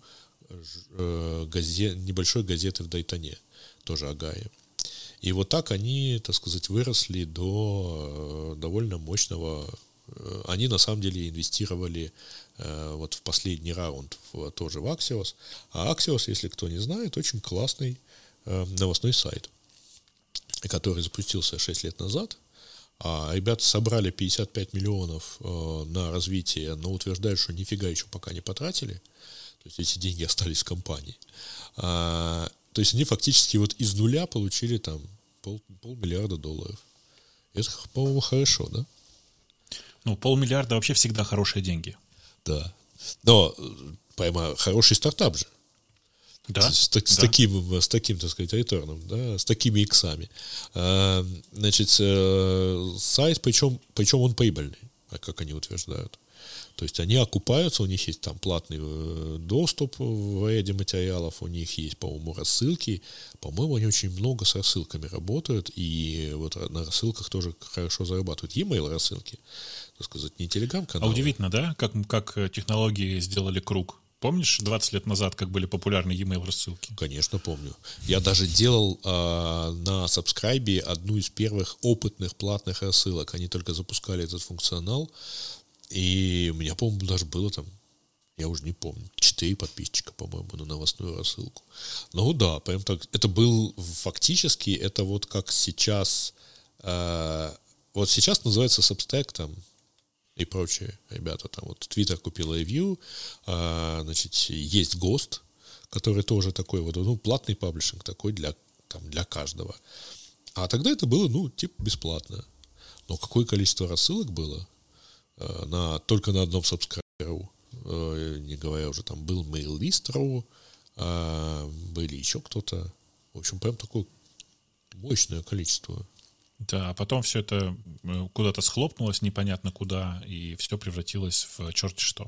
B: э, газет, небольшой газеты в Дайтоне, тоже Огайо. И вот так они, так сказать, выросли до э, довольно мощного. Э, они на самом деле инвестировали э, вот в последний раунд в, тоже в Axios. А Axios, если кто не знает, очень классный э, новостной сайт, который запустился шесть лет назад. А ребята собрали пятьдесят пять миллионов э, на развитие, но утверждают, что нифига еще пока не потратили. То есть эти деньги остались в компании. А, то есть они фактически вот из нуля получили там пол, полмиллиарда долларов. Это, по-моему, хорошо, да?
A: Ну, полмиллиарда вообще всегда хорошие деньги.
B: Да. Но прямо хороший стартап же.
A: Да,
B: С, так,
A: да.
B: с, таким, с таким, так сказать, реторном, да, с такими иксами. А, значит, сайт, причем, причем он прибыльный, как они утверждают. То есть они окупаются, у них есть там платный доступ в ряде материалов, у них есть, по-моему, рассылки. По-моему, они очень много с рассылками работают, и вот на рассылках тоже хорошо зарабатывают. E-mail рассылки, так сказать, не телеграм-каналы.
A: А удивительно, да, как, как технологии сделали круг. Помнишь, двадцать лет назад, как были популярны e-mail рассылки?
B: Конечно, помню. Я даже делал э, на Subscribe одну из первых опытных платных рассылок. Они только запускали этот функционал. И у меня, по-моему, даже было там, я уже не помню, четыре подписчика, по-моему, на новостную рассылку. Ну да, прям так. Это был фактически, это вот как сейчас, э, вот сейчас называется Substack там, и прочие ребята. Там вот Twitter купил ревью, а, значит, есть Ghost, который тоже такой вот, ну, платный паблишинг такой для, там, для каждого. А тогда это было, ну, типа бесплатно. Но какое количество рассылок было а, на, только на одном Subscribe.ru, а, не говоря уже, там был MailList.ru, а, были еще кто-то. В общем, прям такое мощное количество.
A: Да, а потом все это куда-то схлопнулось, непонятно куда, и все превратилось в черти что.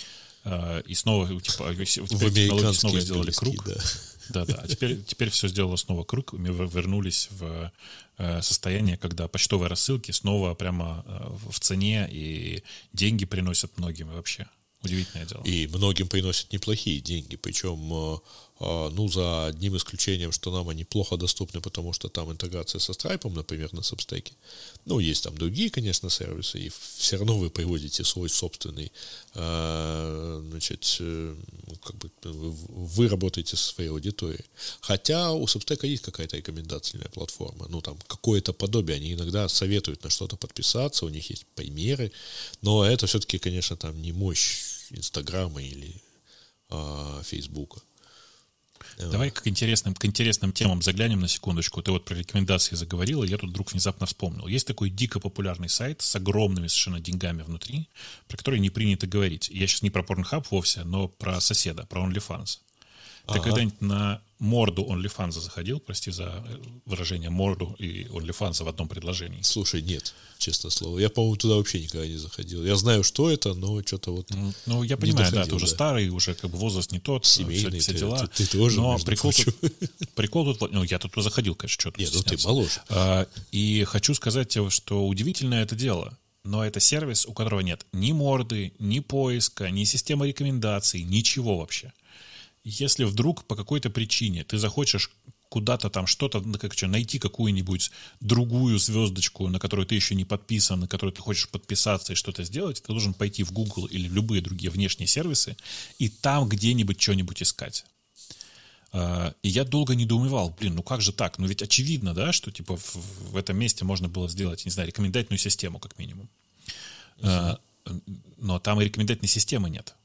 A: И снова, типа, технологии снова сделали круг.
B: Да,
A: да, да. А теперь, теперь все сделало снова круг, мы вернулись в состояние, когда почтовые рассылки снова прямо в цене, и деньги приносят многим вообще. Удивительное дело.
B: И многим приносят неплохие деньги, причем ну, за одним исключением, что нам они плохо доступны, потому что там интеграция со Stripe, например, на Substack. Ну, есть там другие, конечно, сервисы, и все равно вы приводите свой собственный, значит, как бы вы работаете со своей аудиторией. Хотя у Substack есть какая-то рекомендательная платформа, ну, там, какое-то подобие, они иногда советуют на что-то подписаться, у них есть примеры, но это все-таки, конечно, там не мощь Инстаграма или а, Фейсбука.
A: Давай к интересным, к интересным темам заглянем на секундочку. Ты вот про рекомендации заговорил, и я тут вдруг внезапно вспомнил. Есть такой дико популярный сайт с огромными совершенно деньгами внутри, про который не принято говорить. Я сейчас не про Pornhub вовсе, но про соседа, про OnlyFans. Ты ага. когда-нибудь на морду OnlyFans заходил, прости за выражение, морду и OnlyFans в одном предложении?
B: Слушай, нет, честное слово. Я, по-моему, туда вообще никогда не заходил. Я знаю, что это, но что-то вот.
A: Ну, я понимаю, доходил, да, ты уже да. старый, уже как бы возраст не тот,
B: семейный,
A: все, все
B: ты,
A: дела.
B: Ты, ты тоже,
A: но прикол тут, прикол тут, ну, я тут заходил, конечно, что-то.
B: Нет, ну ты моложе.
A: А, и хочу сказать тебе, что удивительное это дело. Но это сервис, у которого нет ни морды, ни поиска, ни системы рекомендаций, ничего вообще. Если вдруг по какой-то причине ты захочешь куда-то там что-то, как что, найти какую-нибудь другую звездочку, на которую ты еще не подписан, на которую ты хочешь подписаться и что-то сделать, ты должен пойти в Google или в любые другие внешние сервисы и там где-нибудь что-нибудь искать. И я долго недоумевал, блин, ну как же так? Ну ведь очевидно, да, что типа в, в этом месте можно было сделать, не знаю, рекомендательную систему как минимум. Uh-huh. Но там и рекомендательной системы нет.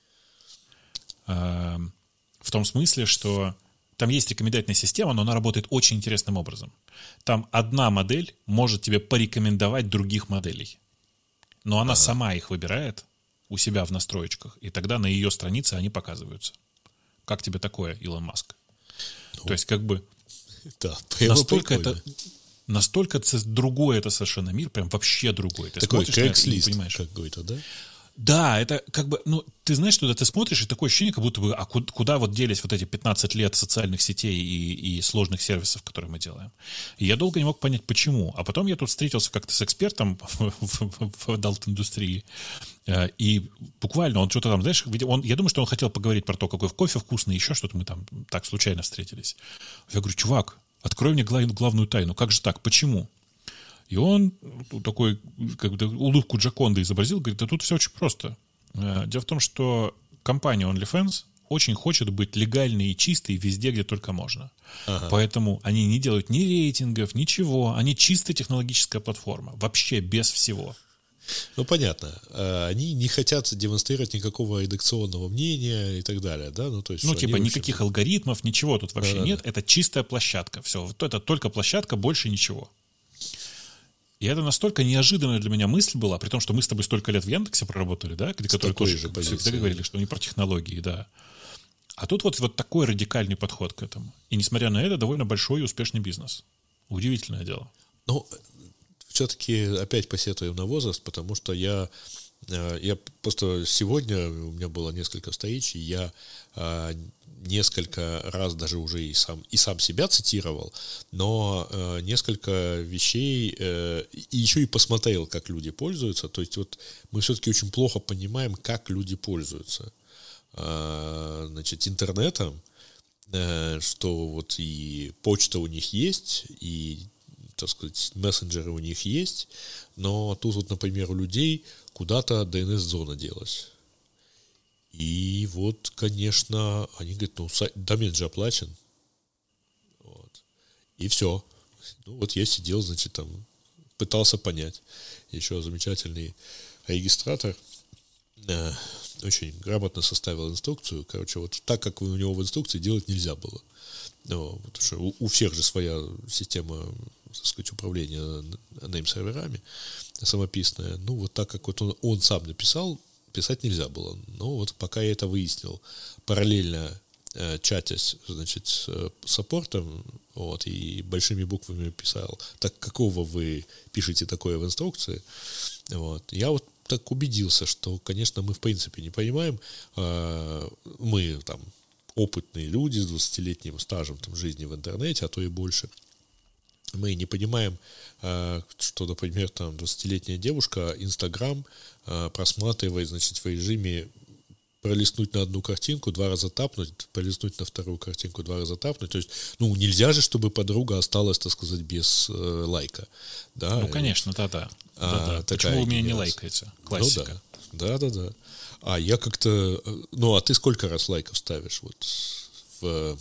A: В том смысле, что там есть рекомендательная система, но она работает очень интересным образом. Там одна модель может тебе порекомендовать других моделей. Но она ага. сама их выбирает у себя в настроечках, и тогда на ее странице они показываются. Как тебе такое, Илон Маск? Ну, то есть, как бы
B: да,
A: настолько это, настолько другой это совершенно мир, прям вообще другой. Ты
B: такой
A: Craigslist
B: какой-то, да?
A: Да, это как бы, ну, ты знаешь, туда ты смотришь, и такое ощущение, как будто бы, а куда, куда вот делись вот эти пятнадцать лет социальных сетей и, и сложных сервисов, которые мы делаем. И я долго не мог понять, почему. А потом я тут встретился как-то с экспертом в, в, в адалт-индустрии, и буквально он что-то там, знаешь, он, я думаю, что он хотел поговорить про то, какой кофе вкусный, еще что-то, мы там так случайно встретились. Я говорю, чувак, открой мне главную тайну, как же так, почему? И он такой, как бы, улыбку Джоконда изобразил, говорит, да тут все очень просто. Дело в том, что компания OnlyFans очень хочет быть легальной и чистой везде, где только можно. Ага. Поэтому они не делают ни рейтингов, ничего. Они чистая технологическая платформа. Вообще без всего.
B: Ну, понятно. Они не хотят демонстрировать никакого редакционного мнения и так далее, да? Ну, то есть,
A: ну типа,
B: они,
A: никаких общем... алгоритмов, ничего тут вообще да, нет. Да. Это чистая площадка. Все. Вот это только площадка, больше ничего. И это настолько неожиданная для меня мысль была, при том, что мы с тобой столько лет в Яндексе проработали, да, где которые тоже же всегда говорили, что они про технологии, да. А тут вот, вот такой радикальный подход к этому. И несмотря на это, довольно большой и успешный бизнес. Удивительное дело.
B: Ну, все-таки опять посетуем на возраст, потому что я, я просто сегодня, у меня было несколько встреч, и я несколько раз даже уже и сам, и сам себя цитировал, но э, несколько вещей э, и еще и посмотрел, как люди пользуются. То есть вот мы все-таки очень плохо понимаем, как люди пользуются э, значит, интернетом, э, что вот и почта у них есть, и, так сказать, мессенджеры у них есть, но тут вот, например, у людей куда-то ди эн эс-зона делась. И вот, конечно, они говорят, ну, домен же оплачен. Вот. И все. Ну, вот я сидел, значит, там, пытался понять. Еще замечательный регистратор э, очень грамотно составил инструкцию. Короче, вот так, как у него в инструкции, делать нельзя было. Ну, потому что у, у всех же своя система, так сказать, управления нейм-серверами самописная. Ну, вот так, как вот он, он сам написал, писать нельзя было. Но вот пока я это выяснил, параллельно э, чатясь, значит, с э, саппортом, вот, и большими буквами писал, так какого вы пишете такое в инструкции, вот, я вот так убедился, что, конечно, мы в принципе не понимаем, э, мы там опытные люди с двадцатилетним стажем там, жизни в интернете, а то и больше, мы не понимаем, что, например, там двадцатилетняя девушка Инстаграм просматривает, значит, в режиме пролистнуть на одну картинку, два раза тапнуть, пролистнуть на вторую картинку, два раза тапнуть. То есть, ну, нельзя же, чтобы подруга осталась, так сказать, без э, лайка. Да?
A: Ну, конечно, да-да.
B: А,
A: да-да. Почему вы меня не лайкаете? Классика.
B: Ну, да. Да-да-да. А я как-то... Ну, а ты сколько раз лайков ставишь? Вот в...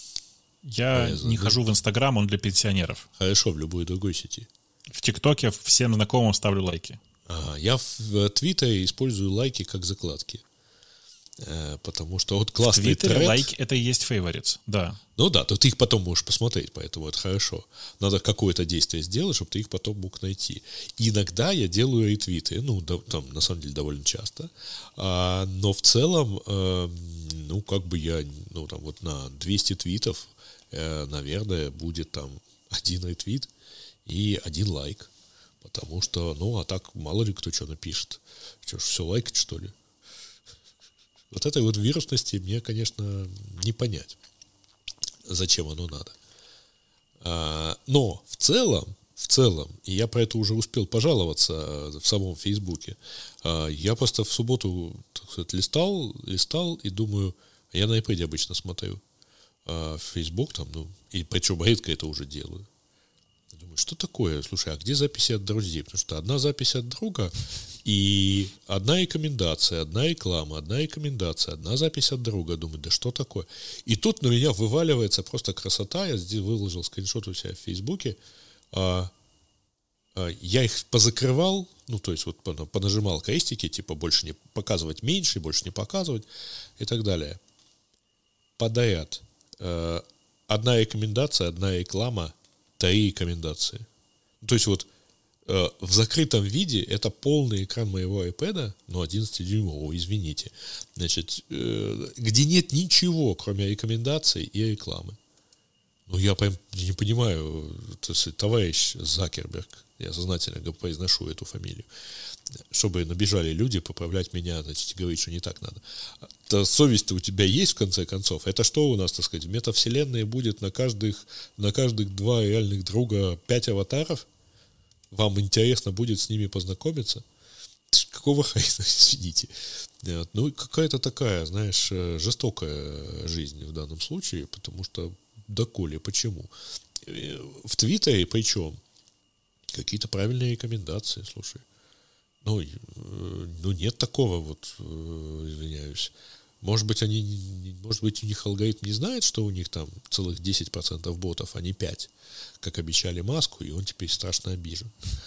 A: Я
B: в...
A: не
B: ну,
A: хожу в Инстаграм, он для пенсионеров.
B: Хорошо, в любой другой сети.
A: В ТикТоке всем знакомым ставлю лайки.
B: Ага, я в Твиттере использую лайки как закладки. Э, потому что вот классный
A: тред... В Твиттере
B: тред...
A: лайки — это и есть фейворитс, да.
B: Ну да, то ты их потом можешь посмотреть, поэтому это хорошо. Надо какое-то действие сделать, чтобы ты их потом мог найти. И иногда я делаю ретвиты, ну, да, там, на самом деле, довольно часто. А, но в целом, э, ну, как бы я, ну, там, вот на двести твитов, э, наверное, будет там один ретвит и один лайк. Потому что, ну, а так мало ли кто что напишет. Что ж, все лайкать, что ли? Вот этой вот вирусности мне, конечно, не понять, зачем оно надо. А, но в целом, в целом, и я про это уже успел пожаловаться в самом Фейсбуке, а, я просто в субботу, так сказать, листал, листал и думаю, я на iPad обычно смотрю а, в Фейсбук, там, ну, и причем редко это уже делаю. Думаю, что такое? Слушай, а где записи от друзей? Потому что одна запись от друга и одна рекомендация, одна реклама, одна рекомендация, одна запись от друга. Думаю, да что такое? И тут на меня вываливается просто красота. Я здесь выложил скриншот у себя в Фейсбуке. А, а, я их позакрывал, ну, то есть вот понажимал крестики, типа больше не показывать меньше, больше не показывать и так далее. Подряд. А, одна рекомендация, одна реклама, три рекомендации. То есть вот э, в закрытом виде это полный экран моего iPad, ну, одиннадцатидюймового, извините, значит, э, где нет ничего, кроме рекомендаций и рекламы. Ну, я прям не понимаю, то есть, товарищ Закерберг, я сознательно произношу эту фамилию, чтобы набежали люди поправлять меня, значит, говорить, что не так надо. То совесть-то у тебя есть, в конце концов. Это что у нас, так сказать, в метавселенной будет на каждых, на каждых два реальных друга пять аватаров? Вам интересно будет с ними познакомиться? Какого хрена, извините. Ну, какая-то такая, знаешь, жестокая жизнь в данном случае, потому что доколе, почему? В Твиттере, причем, какие-то правильные рекомендации, слушай. Ну, ну, нет такого вот, извиняюсь. Может быть, они, может быть, у них алгоритм не знает, что у них там целых десять процентов ботов, а не пять, как обещали Маску, и он теперь страшно обижен.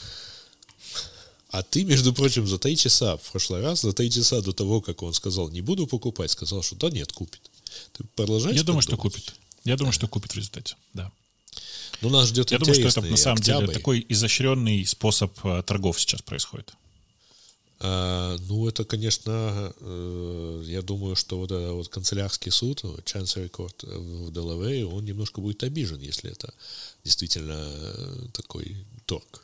B: А ты, между прочим, за три часа, в прошлый раз, за три часа до того, как он сказал, не буду покупать, сказал, что да нет, купит. Ты продолжаешь?
A: Я думаю,
B: что
A: думать? купит. Я думаю, что купит в результате, да.
B: Ну, нас ждет
A: Я думаю, что это на самом
B: октябрь.
A: деле такой изощренный способ торгов сейчас происходит.
B: А, ну, это, конечно, э, я думаю, что вот этот вот канцелярский суд, Chancery Court в Делавере, он немножко будет обижен, если это действительно такой торг.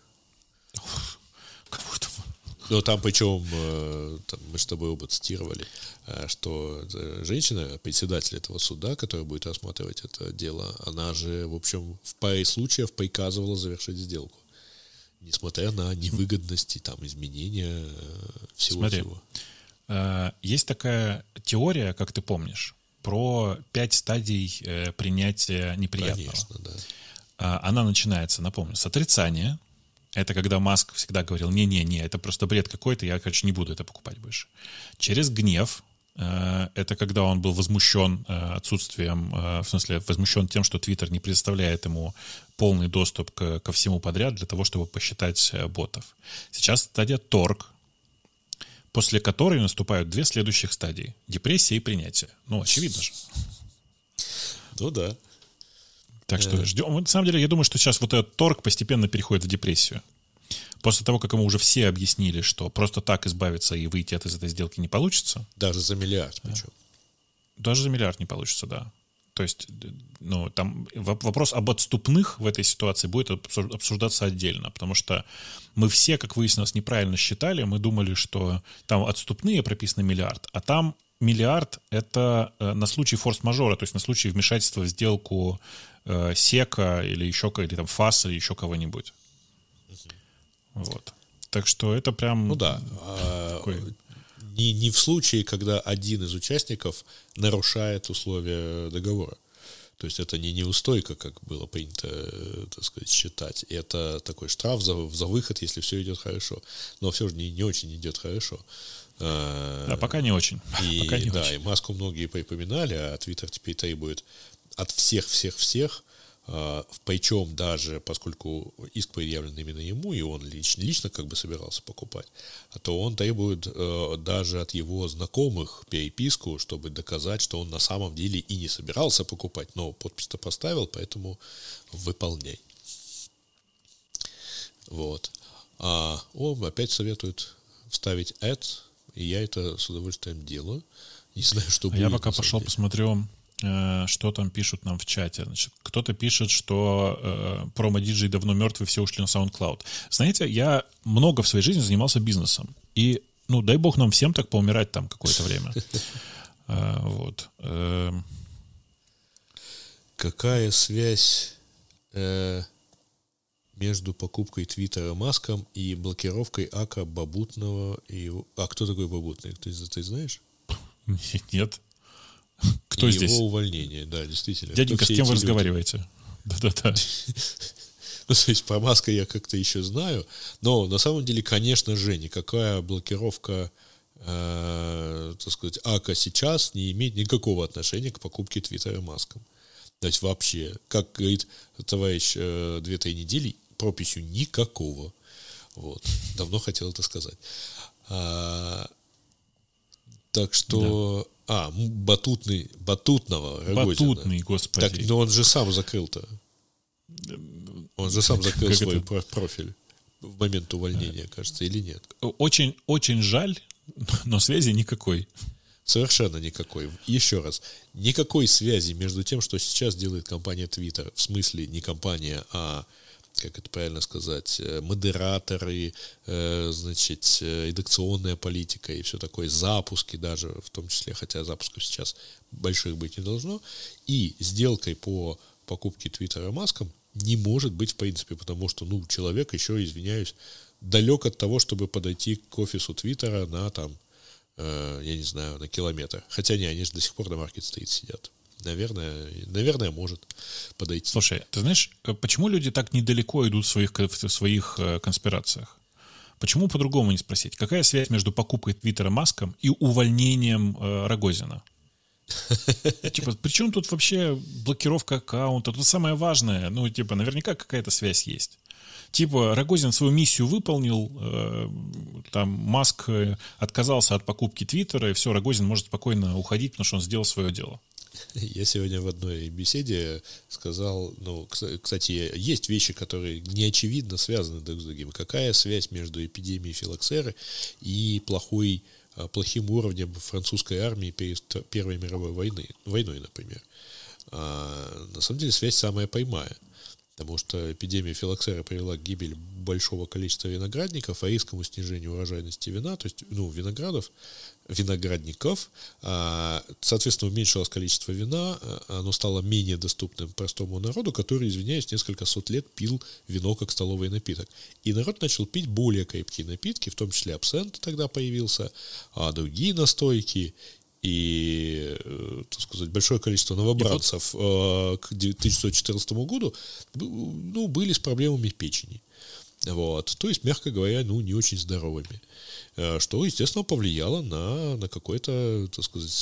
A: Кого-то...
B: Ну, там причем, там, мы с тобой оба цитировали, что женщина, председатель этого суда, которая будет рассматривать это дело, она же, в общем, в паре случаев приказывала завершить сделку. Несмотря на невыгодности, там, изменения всего-всего.
A: Смотри, есть такая теория, как ты помнишь, про пять стадий принятия неприятного.
B: Конечно, да.
A: Она начинается, напомню, с отрицания. Это когда Маск всегда говорил, не-не-не, это просто бред какой-то, я, короче, не буду это покупать больше. Через гнев. Это когда он был возмущен отсутствием, в смысле, возмущен тем, что Твиттер не предоставляет ему полный доступ к, ко всему подряд для того, чтобы посчитать ботов. Сейчас стадия торг, после которой наступают две следующих стадии. Депрессия и принятие. Ну, очевидно же.
B: Ну да.
A: Так что ждем. На самом деле, я думаю, что сейчас вот этот торг постепенно переходит в депрессию. После того, как ему уже все объяснили, что просто так избавиться и выйти от из этой сделки не получится.
B: Даже за миллиард причем.
A: Даже за миллиард не получится, да. То есть, ну, там вопрос об отступных в этой ситуации будет обсуждаться отдельно, потому что мы все, как выяснилось, неправильно считали. Мы думали, что там отступные прописаны миллиард, а там миллиард — это на случай форс-мажора, то есть на случай вмешательства в сделку э, сека или еще или там ФАС или еще кого-нибудь. Вот. Так что это прям...
B: Ну да.
A: Такой...
B: не, не в случае, когда один из участников нарушает условия договора. То есть это не неустойка, как было принято, так сказать, считать. Это такой штраф за, за выход, если все идет хорошо. Но все же не, не очень идет хорошо.
A: Да, пока не очень.
B: И,
A: пока не
B: да,
A: очень.
B: и Маску многие припоминали, а Твиттер теперь требует от всех-всех-всех, причем даже поскольку иск предъявлен именно ему, и он лично, лично как бы собирался покупать, то он требует э, даже от его знакомых переписку, чтобы доказать, что он на самом деле и не собирался покупать, но подпись-то поставил, поэтому выполняй. Вот. А он опять советует вставить ad, и я это с удовольствием делаю. Не знаю, что
A: а
B: будет.
A: Я пока пошел деле. посмотрю, что там пишут нам в чате. Значит, кто-то пишет, что э, промо-диджей давно мертвый, все ушли на SoundCloud. Знаете, я много в своей жизни занимался бизнесом. И, ну, дай бог нам всем так поумирать там какое-то время. Вот.
B: Какая связь между покупкой Твиттера Маском и блокировкой Ака Бабутного? А кто такой Бабутный? Ты знаешь?
A: Нет. Кто
B: и
A: здесь?
B: Его увольнение, да, действительно.
A: Дяденька, с кем вы разговариваете? Да-да-да.
B: Ну, то есть про Маска я как-то еще знаю, но на самом деле, конечно же, никакая блокировка, э, так сказать, Ака сейчас не имеет никакого отношения к покупке Твиттера Маском. То есть вообще, как говорит товарищ э, две-три недели, прописью никакого. Вот. Давно хотел это сказать. А, так что... Да. А, батутный, батутного Рогозина.
A: Батутный, господи.
B: Так, но он же сам закрыл-то. Он же сам закрыл как свой это? профиль в момент увольнения, кажется, или нет?
A: Очень, очень жаль, но связи никакой.
B: Совершенно никакой. Еще раз, никакой связи между тем, что сейчас делает компания Twitter, в смысле не компания, а, как это правильно сказать, модераторы, э, значит, редакционная политика и все такое, запуски даже, в том числе, хотя запусков сейчас больших быть не должно, и сделкой по покупке Твиттера Маском не может быть в принципе, потому что, ну, человек еще, извиняюсь, далек от того, чтобы подойти к офису Твиттера на там, э, я не знаю, на километр. Хотя не, они же до сих пор на Маркет-стрит сидят. Наверное, наверное, может подойти.
A: Слушай, ты знаешь, почему люди так недалеко идут в своих, в своих конспирациях? Почему по-другому не спросить? Какая связь между покупкой Твиттера Маском и увольнением э, Рогозина? Типа, при чем тут вообще блокировка аккаунта? Тут самое важное, ну, типа, наверняка какая-то связь есть. Типа, Рогозин свою миссию выполнил, э, там, Маск отказался от покупки Твиттера, и все, Рогозин может спокойно уходить, потому что он сделал свое дело.
B: Я сегодня в одной беседе сказал, ну, кстати, есть вещи, которые неочевидно связаны друг с другим. Какая связь между эпидемией филоксеры и плохой, плохим уровнем французской армии перед Первой мировой войны, войной, например? А, на самом деле связь самая прямая. Потому что эпидемия филоксеры привела к гибели большого количества виноградников, а резкому снижению урожайности вина, то есть, ну, виноградов, виноградников, а, соответственно, уменьшилось количество вина, оно стало менее доступным простому народу, который, извиняюсь, несколько сот лет пил вино как столовый напиток. И народ начал пить более крепкие напитки, в том числе абсент тогда появился, а другие настойки, и, так сказать, большое количество новобранцев вот к тысяча девятьсот четырнадцатому году, ну, были с проблемами печени. Вот. То есть, мягко говоря, ну, не очень здоровыми. Что, естественно, повлияло на, на какой-то, так сказать,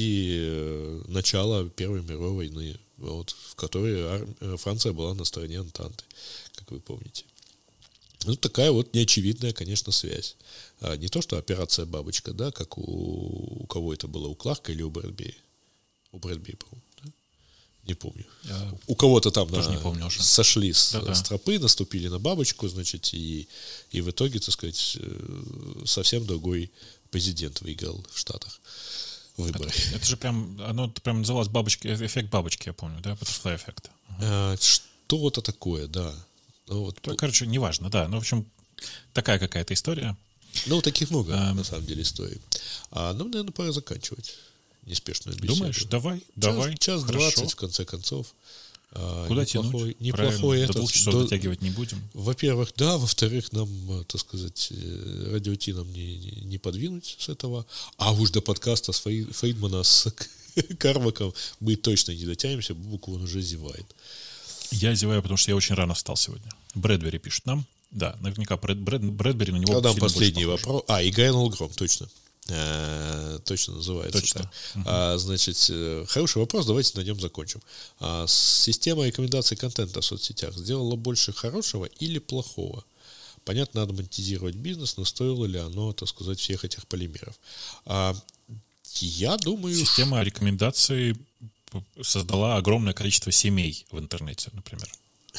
B: стадии начала Первой мировой войны, вот, в которой ар- Франция была на стороне Антанты, как вы помните. Ну, такая вот неочевидная, конечно, связь. А не то, что операция «Бабочка», да, как у, у кого это было, у Кларка или у Брэдбери? У Брэдбери, по-моему, да? Не помню. Я у кого-то там на,
A: не помню уже.
B: Сошли с,
A: Да-да.
B: с тропы, наступили на бабочку, значит, и, и в итоге, так сказать, совсем другой президент выиграл в Штатах выборы.
A: Это, это же прям, оно прям называлось бабочки, эффект бабочки, я помню, да, Butterfly эффект. Угу.
B: А, что-то такое, да. Ну, вот,
A: То, короче, неважно, да. Ну, в общем, такая какая-то история.
B: Ну, таких много, а, на самом деле, историй. А нам, наверное, пора заканчивать неспешную беседу.
A: Думаешь? Давай,
B: час,
A: давай.
B: Час двадцать, в конце концов.
A: Куда
B: неплохой,
A: тянуть?
B: неплохой
A: До
B: этот,
A: двух часов
B: до,
A: дотягивать не будем.
B: Во-первых, да, во-вторых, нам, так сказать, радио Ти нам не, не, не подвинуть с этого, а уж до подкаста с Фридмана с Кармаком мы точно не дотянемся, букву он уже зевает.
A: Я зеваю, потому что я очень рано встал сегодня. Брэдбери пишет нам. Да, наверняка Брэд, Брэд, Брэдбери на него
B: Задам последний вопрос. А, и Гайнул Гром, точно. А, точно называется.
A: Точно.
B: Угу. А, значит, хороший вопрос, давайте на нем закончим. А, система рекомендаций контента в соцсетях сделала больше хорошего или плохого? Понятно, надо монетизировать бизнес, но стоило ли оно, так сказать, всех этих полимеров? А, я думаю...
A: Система рекомендаций создала огромное количество семей в интернете, например.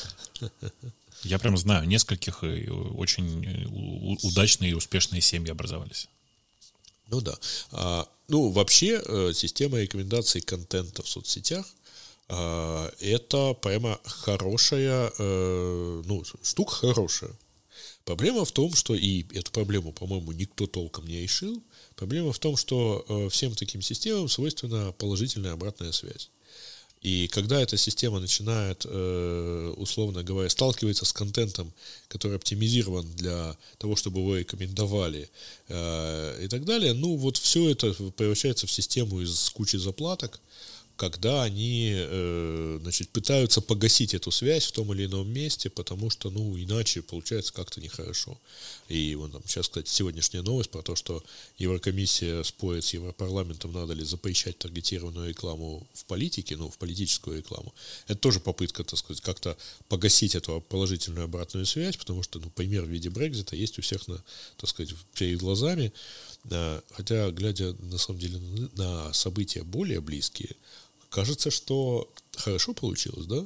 A: Я прям знаю, нескольких очень удачные и успешные семьи образовались.
B: Ну да. А, ну, вообще, система рекомендаций контента в соцсетях а, это прямо хорошая, а, ну, штука хорошая. Проблема в том, что, и эту проблему, по-моему, никто толком не решил, проблема в том, что а, всем таким системам свойственна положительная обратная связь. И когда эта система начинает, условно говоря, сталкиваться с контентом, который оптимизирован для того, чтобы его рекомендовали и так далее, ну вот все это превращается в систему из кучи заплаток, когда они, значит, пытаются погасить эту связь в том или ином месте, потому что, ну, иначе получается как-то нехорошо. И вон там сейчас, кстати, сегодняшняя новость про то, что Еврокомиссия спорит с Европарламентом, надо ли запрещать таргетированную рекламу в политике, ну, в политическую рекламу. Это тоже попытка, так сказать, как-то погасить эту положительную обратную связь, потому что, ну, пример в виде Брексита есть у всех, на, так сказать, перед глазами. Хотя, глядя, на самом деле, на события более близкие, кажется, что хорошо получилось, да?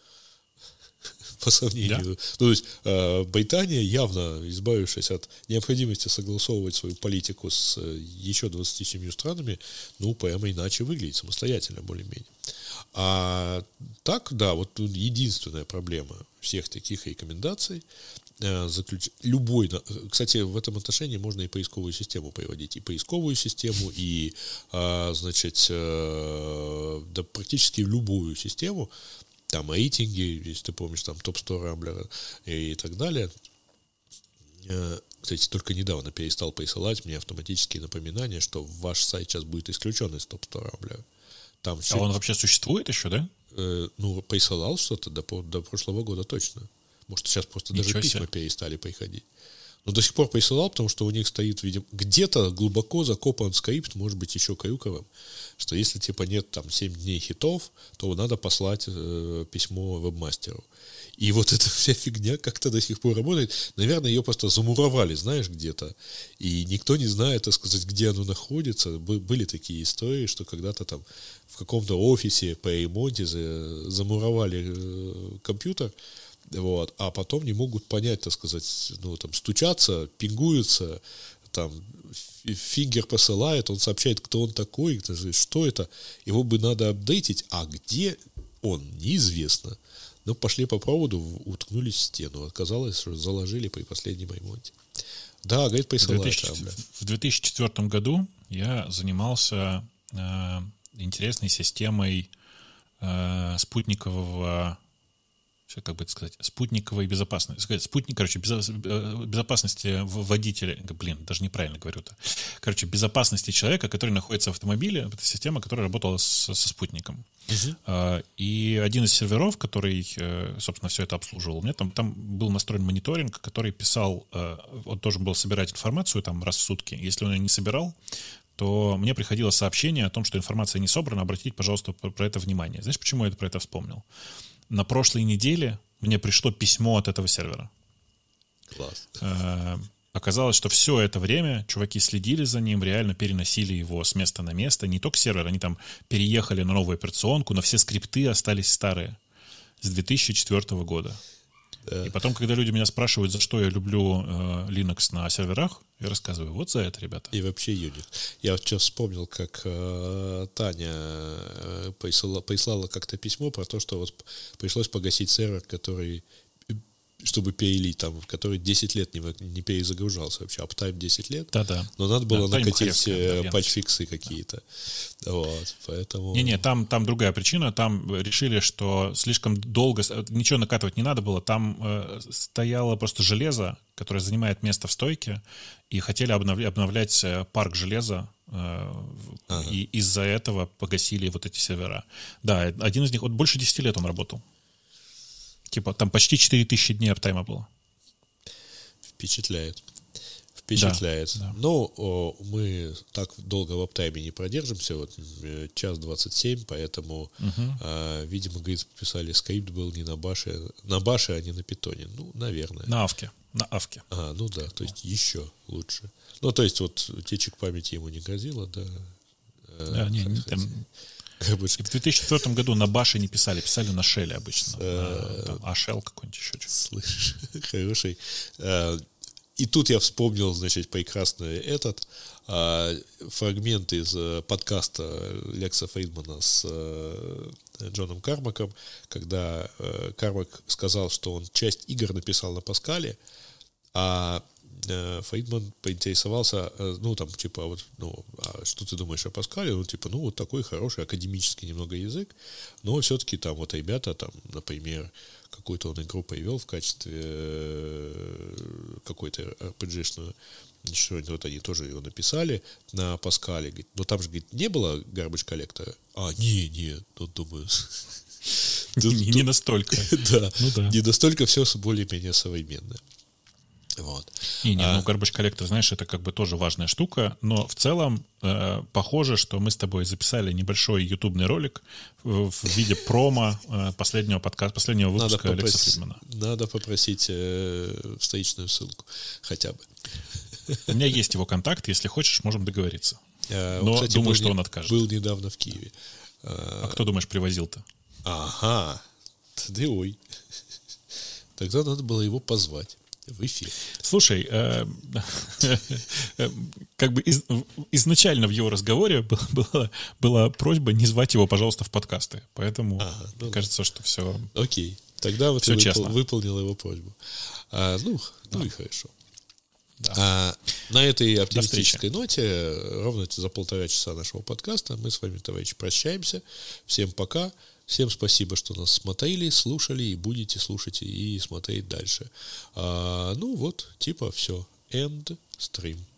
B: По сравнению. Да. Ну, то есть э, Британия, явно избавившись от необходимости согласовывать свою политику с э, еще двадцатью семью странами, ну, прямо иначе выглядит, самостоятельно более-менее. А так, да, вот единственная проблема всех таких рекомендаций э, заключ... любой, кстати, в этом отношении можно и поисковую систему приводить, и поисковую систему, и, э, значит, э, да, практически любую систему, там рейтинги, если ты помнишь, там топ сто Рамблера и так далее. Кстати, только недавно перестал присылать мне автоматические напоминания, что ваш сайт сейчас будет исключен из топ сто Рамблера. Там
A: а он вообще существует еще, да?
B: Э, ну, присылал что-то до, до прошлого года точно. Может, сейчас просто Ничего даже письма себе. перестали приходить. Но до сих пор присылал, потому что у них стоит, видимо, где-то глубоко закопан скрипт, может быть, еще Крюковым, что если типа нет там семь дней хитов, то надо послать э, письмо вебмастеру. И вот эта вся фигня как-то до сих пор работает. Наверное, ее просто замуровали, знаешь, где-то. И никто не знает, так сказать, где оно находится. Были такие истории, что когда-то там в каком-то офисе по ремонте замуровали э, компьютер, вот, а потом не могут понять, так сказать, ну, там, стучатся, пингуются, там, фингер посылает, он сообщает, кто он такой, что это, его бы надо апдейтить, а где он, неизвестно. Но пошли по проводу, уткнулись в стену, оказалось, что заложили при последнем ремонте. Да, говорит, присылает.
A: В две тысячи четвёртом году я занимался э, интересной системой э, спутникового как бы это сказать, спутниковой безопасности. Спутник, короче, безопасности водителя. Блин, даже неправильно говорю-то. Короче, безопасности человека, который находится в автомобиле. Это система, которая работала с, со спутником. Uh-huh. И один из серверов, который, собственно, все это обслуживал, у меня там, там был настроен мониторинг, который писал, он должен был собирать информацию там раз в сутки. Если он ее не собирал, то мне приходило сообщение о том, что информация не собрана, обратите, пожалуйста, про это внимание. Знаешь, почему я про это вспомнил? На прошлой неделе мне пришло письмо от этого сервера.
B: Класс.
A: Оказалось, что все это время чуваки следили за ним, реально переносили его с места на место. Не только сервер, они там переехали на новую операционку, но все скрипты остались старые с две тысячи четвёртого года. Да. И потом, когда люди меня спрашивают, за что я люблю э, Linux на серверах, я рассказываю, вот за это, ребята.
B: И вообще Unix. Я вот сейчас вспомнил, как э, Таня э, прислала, прислала как-то письмо про то, что вот пришлось погасить сервер, который чтобы перелить, там, который десять лет не, не перезагружался вообще, аптайм десять лет.
A: Да-да.
B: Но надо было
A: да,
B: накатить
A: да,
B: патч-фиксы какие-то. Да. Вот, поэтому...
A: Не-не, там, там другая причина. Там решили, что слишком долго... Ничего накатывать не надо было. Там э, стояло просто железо, которое занимает место в стойке, и хотели обновлять, обновлять парк железа, э, ага. и из-за этого погасили вот эти сервера. Да, один из них... Вот больше десяти лет он работал. Типа там почти четыре тысячи дней аптайма было.
B: Впечатляет. Впечатляет. Да, да. Но о, мы так долго в аптайме не продержимся. Вот час двадцать семь, поэтому, угу. а, видимо, говорит, писали, скрипт был не на баше, на баше, а не на питоне. Ну, наверное.
A: На авке. На авке.
B: А, ну да, то есть еще лучше. Ну, то есть вот утечек памяти ему не грозило, да.
A: Да, не, не, там... В две тысячи четвёртом году на баше не писали, писали на шелле обычно. А шелл какой-нибудь еще что-то.
B: Слышь, хороший. И тут я вспомнил, значит, прекрасный этот фрагмент из подкаста Лекса Фридмана с Джоном Кармаком, когда Кармак сказал, что он часть игр написал на Паскале, а Фридман поинтересовался, ну, там, типа, вот, ну, а что ты думаешь о Паскале? Ну, типа, ну, вот такой хороший, академический немного язык, но все-таки там вот ребята, там, например, какую-то он игру привел в качестве какой-то ар пи джи-шную, что вот они тоже его написали на Паскале, говорит, но там же, говорит, не было garbage коллектора. А, не, не, тут, думаю...
A: Не настолько.
B: Да, не настолько все более-менее современное. Вот.
A: Не, не, а... ну, garbage collector, знаешь, это как бы тоже важная штука, но в целом э, похоже, что мы с тобой записали небольшой ютубный ролик в, в виде промо э, последнего подкаста, последнего выпуска
B: надо
A: Лекса
B: попросить,
A: Фридмана.
B: Надо попросить э, встречную ссылку, хотя бы.
A: У меня есть его контакт, если хочешь, можем договориться.
B: А,
A: но
B: кстати,
A: думаю,
B: был,
A: что он откажет.
B: Был недавно в Киеве.
A: А кто, думаешь, привозил-то?
B: Ага, да ой. Тогда надо было его позвать в эфир.
A: Слушай, э, э, как бы из, изначально в его разговоре была, была просьба не звать его, пожалуйста, в подкасты. Поэтому ага, ну, кажется, что все.
B: Окей. Тогда вот
A: все
B: ты
A: честно.
B: Выпол, выполнил его просьбу. А, ну, ну да. И хорошо.
A: Да.
B: А, на этой оптимистической ноте, ровно за полтора часа нашего подкаста, мы с вами, товарищи, прощаемся. Всем пока. Всем спасибо, что нас смотрели, слушали и будете слушать и смотреть дальше. А, ну вот, типа все. End stream.